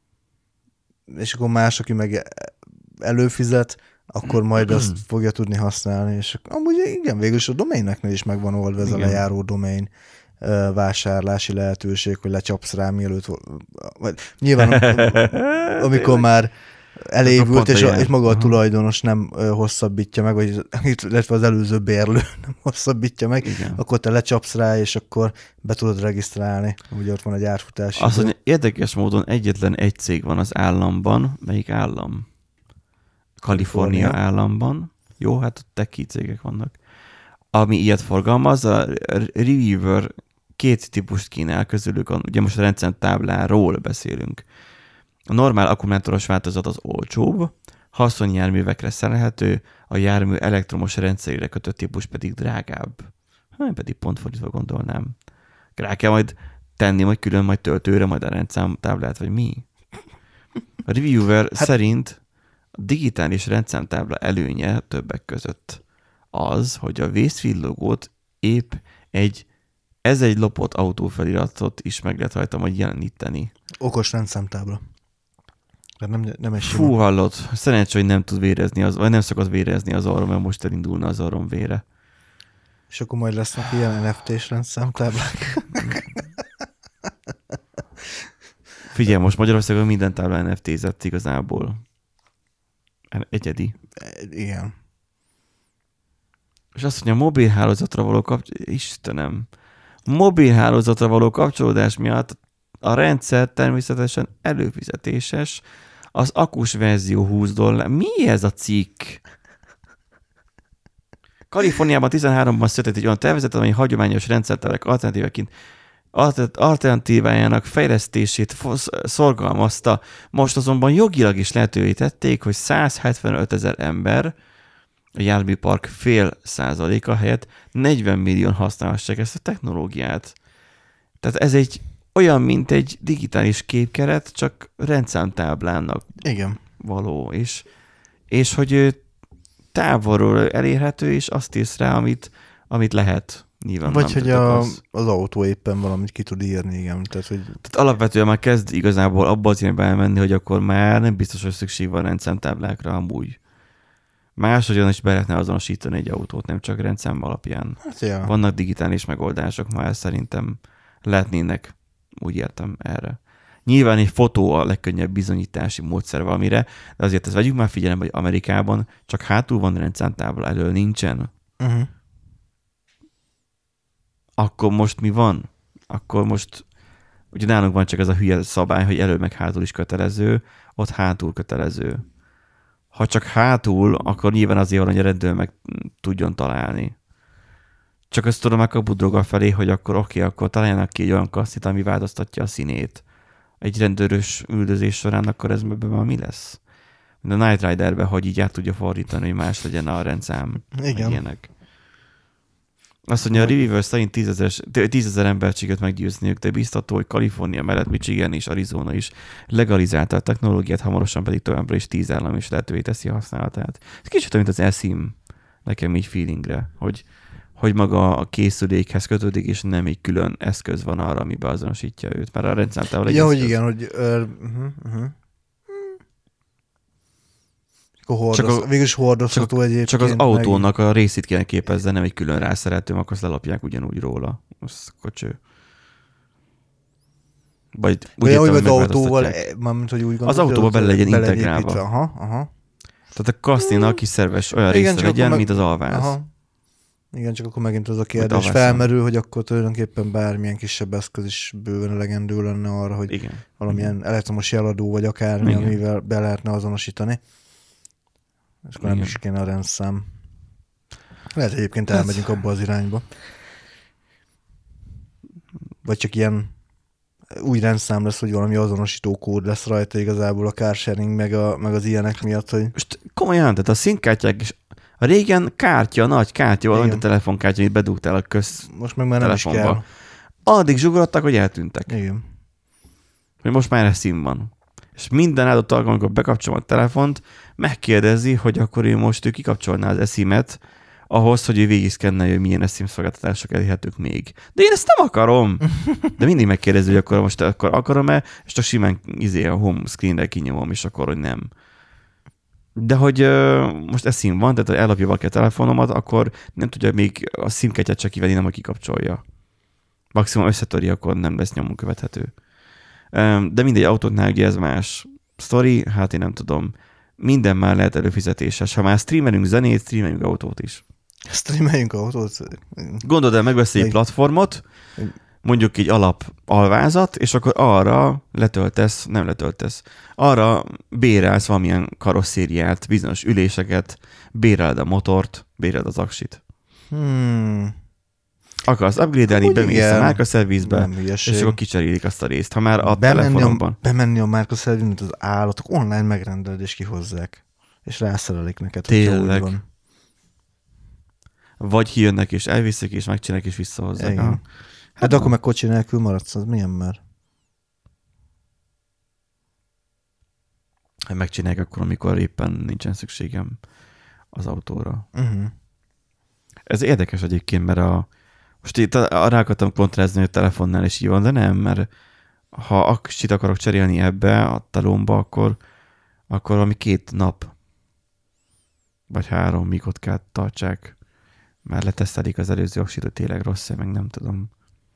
És akkor más, aki meg előfizet, akkor majd azt fogja tudni használni. És amúgy igen, végülis a doméneknél is megvan oldva ez a lejáró domén vásárlási lehetőség, hogy lecsapsz rá, mielőtt... Nyilván, amikor már elévült, és maga a tulajdonos nem hosszabbítja meg, vagy illetve az előző bérlő nem hosszabbítja meg, igen, akkor te lecsapsz rá, és akkor be tudod regisztrálni. Ugye ott van egy átfutási. Azt mondja, érdekes módon egyetlen egy cég van az államban. Melyik állam? Kalifornia államban. Jó, hát ott tech cégek vannak. Ami ilyet forgalmaz, a Reviewer 2 típust kínál közülük, ugye most a rendszámtábláról beszélünk. A normál akkumulátoros változat az olcsóbb, haszonjárművekre szerelhető, a jármű elektromos rendszerére kötött típus pedig drágább. Én pedig pont fordítva gondolnám. Rá kell majd tenni, majd külön majd töltőre, majd a rendszámtáblát, vagy mi? A Reviewer szerint a digitális rendszámtábla előnye többek között az, hogy a vészvillogót épp egy lopott autófeliratot is meg lehet rajta majd jeleníteni. Okos rendszámtábla. Nem egy sima. Fú, hallod, szerencsé, hogy nem tud vérezni, vagy nem szokott vérezni az orrom, mert most elindulna az orrom vére. És akkor majd lesznek ilyen NFT-s rendszámtáblák. Figyelj, most Magyarországon minden tábla NFT-zett igazából. Egyedi. Igen. És azt mondja, mobilhálózatra való mobilhálózatra való kapcsolódás miatt a rendszer természetesen előfizetéses, az akus verzió $20. Mi ez a cikk? Kaliforniában 13-ban született egy olyan tervezet, amely hagyományos rendszertáblák alternatívájának fejlesztését szorgalmazta. Most azonban jogilag is lehetővé tették, hogy 175 000 ember, a járműpark fél százaléka helyett 40 millió használhassák ezt a technológiát. Tehát ez egy olyan, mint egy digitális képkeret, csak rendszámtáblának való. És hogy távolról elérhető, és azt írsz rá, amit lehet. Nyilván vagy hogy az autó éppen valamit ki tud írni, igen. Tehát alapvetően már kezd igazából abba az irányba elmenni, hogy akkor már nem biztos, hogy szükség van rendszámtáblákra amúgy. Máshogyan is be lehetne azonosítani egy autót, nem csak rendszám alapján. Hát, ja. Vannak digitális megoldások, már szerintem lehetnének úgy értem erre. Nyilván egy fotó a legkönnyebb bizonyítási módszer valamire, de azért ezt vegyük már figyelembe, hogy Amerikában csak hátul van rendszámtábla, elől nincsen. Uh-huh. Akkor most mi van? Akkor most, ugye nálunk van csak ez a hülye szabály, hogy elő meg hátul is kötelező, ott hátul kötelező. Ha csak hátul, akkor nyilván azért van, hogy a rendőr meg tudjon találni. Csak azt tudom a kapudroga felé, hogy akkor oké, akkor találjanak ki egy olyan kasszit, ami változtatja a színét. Egy rendőrös üldözés során, akkor ez már mi lesz? Mint a Knight Riderben, hogy így át tudja fordítani, hogy más legyen a rendszám. Igen. Ilyenek. Azt mondja, a Reviewer szerint 10 000 embert sikerült meggyőzniük, de biztató, hogy Kalifornia mellett Michigan és Arizona is legalizálta a technológiát, hamarosan pedig továbbra is 10 állam is lehetővé teszi a használatát. Ez kicsit mint az eSIM, nekem így feelingre, hogy maga a készülékhez kötődik, és nem egy külön eszköz van arra, ami beazonosítja őt, mert a rendszámtával egy ja, eszköz. hogy igen, hogy végülis hordozható egyébként. Csak az autónak a részét kéne képezze, nem egy külön rászereltő, akkor azt lelapják ugyanúgy róla. Az kocső. Vagy úgy értem, hogy autóval, mármint, hogy úgy gondolod, az autóba bele legyen integrálva. Aha. Tehát a kaszténak kis szerves olyan része legyen, mint az alváz. Aha. Igen, csak akkor megint az a kérdés felmerül, hogy akkor tulajdonképpen bármilyen kisebb eszköz is bőven elegendő lenne arra, hogy igen. Valamilyen elektromos jeladó, vagy akármi, igen. Amivel be lehetne azonosítani. És akkor nem is kéne a rendszám. Lehet egyébként elmegyünk abba az irányba. Vagy csak ilyen új rendszám lesz, hogy valami azonosító kód lesz rajta igazából a carsharing, meg az ilyenek miatt, hogy... Most komolyan, tehát a színkártyák is a régen nagy kártya, valami a telefonkártya, amit bedugtál a most meg már nem is kell. Addig zsugorodtak, hogy eltűntek. Igen. Hogy most már ez szín van. És minden adott alkalommal, amikor bekapcsolom a telefont, megkérdezi, hogy akkor ő kikapcsolná az eSIM-et ahhoz, hogy ő végigszkennelje, hogy milyen eSIM szolgáltatások elérhetők még. De én ezt nem akarom! De mindig megkérdezi, hogy akkor most akarom-e, és csak simán a home screen-re kinyomom, és akkor, hogy nem. De hogy most eSIM van, tehát ha ellopja valaki a telefonomat, akkor nem tudja még a SIM-kártyát csak kivenni, nem, hogy kikapcsolja. Maximum összetöri, akkor nem lesz nyomon követhető. De mindegy, autóknál ugye ez más sztori, hát én nem tudom. Minden már lehet előfizetéses. Ha már streamelünk zenét, streamelünk autót is. Streameljünk autót? Gondold el, megveszi egy platformot, mondjuk egy alapalvázat, és akkor arra arra bérelsz valamilyen karosszériát, bizonyos üléseket, béreled a motort, béreled az aksit. Akarsz upgrade-elni, bemész a márkaszervizbe, és akkor kicserélik azt a részt. Ha már a telefonomban. Bemenni a márkaszervizbe, mint az állatok, online megrendeled és kihozzák. És rászerelik neked. Tényleg. Van. Vagy kijönnek és elviszik, és megcsinálják, és visszahozzák. Hát akkor meg kocsi nélkül maradsz, az milyen már? Megcsinálják akkor, amikor éppen nincsen szükségem az autóra. Ez érdekes egyébként, mert most itt rá akartam kontrázni a telefonnál, és így van, de nem, mert ha aksit akarok cserélni ebbe a talomba, akkor valami 2 nap, vagy 3, míg ott kell tartsák. Már letesztelik az előző aksit, hogy tényleg rossz, meg nem tudom.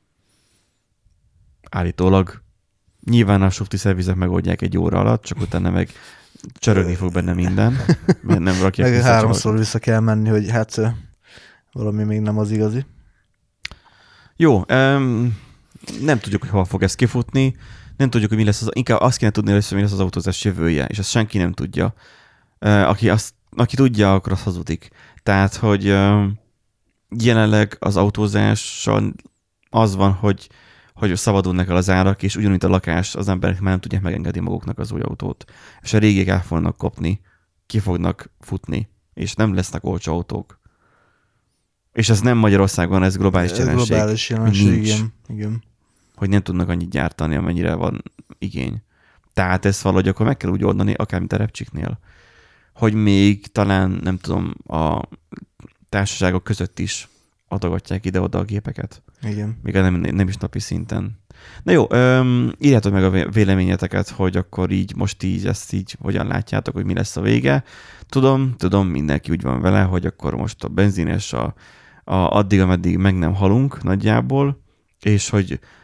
Állítólag. Nyilván a softi szervizek megoldják 1 óra alatt, csak utána meg csörögni fog benne minden. Nem rakják meg 3-szor vissza kell menni, hogy hát valami még nem az igazi. Jó, nem tudjuk, hogy hol fog ez kifutni, nem tudjuk, hogy mi lesz inkább azt kéne tudni először, mi lesz az autózás jövője, és ezt senki nem tudja. Aki tudja, akkor az hazudik. Tehát, hogy jelenleg az autózással az van, hogy szabadulnak el az árak, és ugyanúgy a lakás, az emberek már nem tudják megengedni maguknak az új autót. És a régiek el fognak kopni, ki fognak futni, és nem lesznek olcsó autók. És ez nem Magyarországon, ez globális jelenség. Globális jelenség, igen. Hogy nem tudnak annyit gyártani, amennyire van igény. Tehát ezt valahogy akkor meg kell úgy oldani, akár mint a repcsiknél, hogy még talán, nem tudom, a társaságok között is adogatják ide-oda a gépeket. Igen. Még nem is napi szinten. Na jó, írjátok meg a véleményeteket, hogy akkor így, most így, ezt így hogyan látjátok, hogy mi lesz a vége. Tudom, mindenki úgy van vele, hogy akkor most a benzines addig, ameddig meg nem halunk nagyjából, és hogy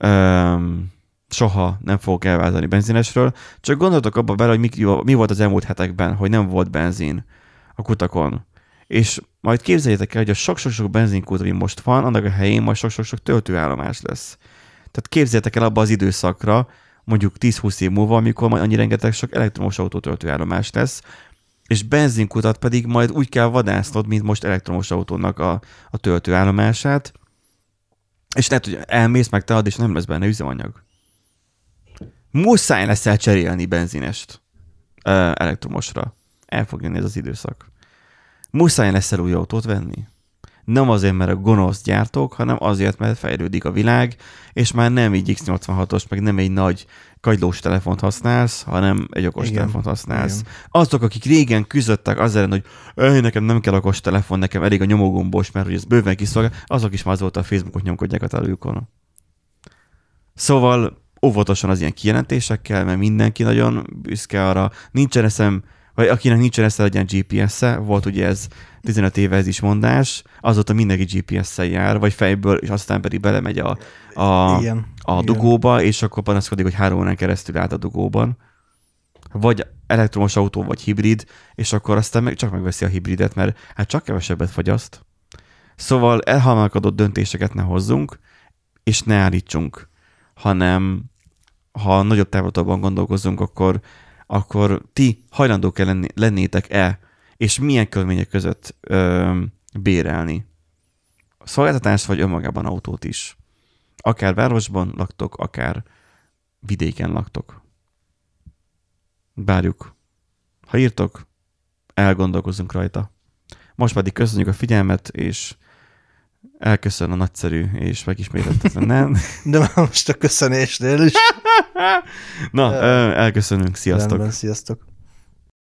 soha nem fogok elváltani benzinesről. Csak gondoltok abba bele, hogy mi volt az elmúlt hetekben, hogy nem volt benzin a kutakon. És majd képzeljétek el, hogy a sok-sok-sok benzinkút, ami most van, annak a helyén majd sok-sok-sok töltőállomás lesz. Tehát képzeljétek el abba az időszakra, mondjuk 10-20 év múlva, amikor majd annyi rengeteg sok elektromos autótöltőállomás lesz, és benzinkutat pedig majd úgy kell vadásznod, mint most elektromos autónak a töltőállomását, és lehet, hogy elmész, meg te ad, és nem lesz benne üzemanyag. Muszáj lesz elcserélni benzinest elektromosra. El fog jönni ez az időszak. Muszáj lesz el új autót venni. Nem azért, mert a gonosz gyártók, hanem azért, mert fejlődik a világ, és már nem egy X86-os, meg nem egy nagy kagylós telefont használsz, hanem egy okos telefont használsz. Igen. Azok, akik régen küzdöttek azért, hogy nekem nem kell okos telefon, nekem elég a nyomogombos, mert hogy ez bőven kiszolgál, azok is már azóta a Facebookot nyomkodják a telőjükon. Szóval óvatosan az ilyen kijelentésekkel, mert mindenki nagyon büszke arra, nincsen eszem, vagy akinek nincsen esze, legyen GPS-e, volt ugye ez 15 éve ez is mondás, azóta mindenki GPS-szel jár, vagy fejből, és aztán pedig belemegy a dugóba, és akkor panaszkodik, hogy 3 órán keresztül állt a dugóban. Vagy elektromos autó, vagy hibrid, és akkor aztán csak megveszi a hibridet, mert hát csak kevesebbet fogyaszt. Szóval elhamarkodott döntéseket ne hozzunk, és ne állítsunk, hanem ha nagyobb távlatokban gondolkozunk, akkor ti hajlandók lennétek-e, és milyen körülmények között bérelni szolgáltatást, vagy önmagában autót is. Akár városban laktok, akár vidéken laktok. Várjuk. Ha írtok, elgondolkozunk rajta. Most pedig köszönjük a figyelmet, és elköszön a nagyszerű és megismételtetlen, nem? De már most a köszönésnél is. Na, elköszönünk. Sziasztok. Rendben, sziasztok.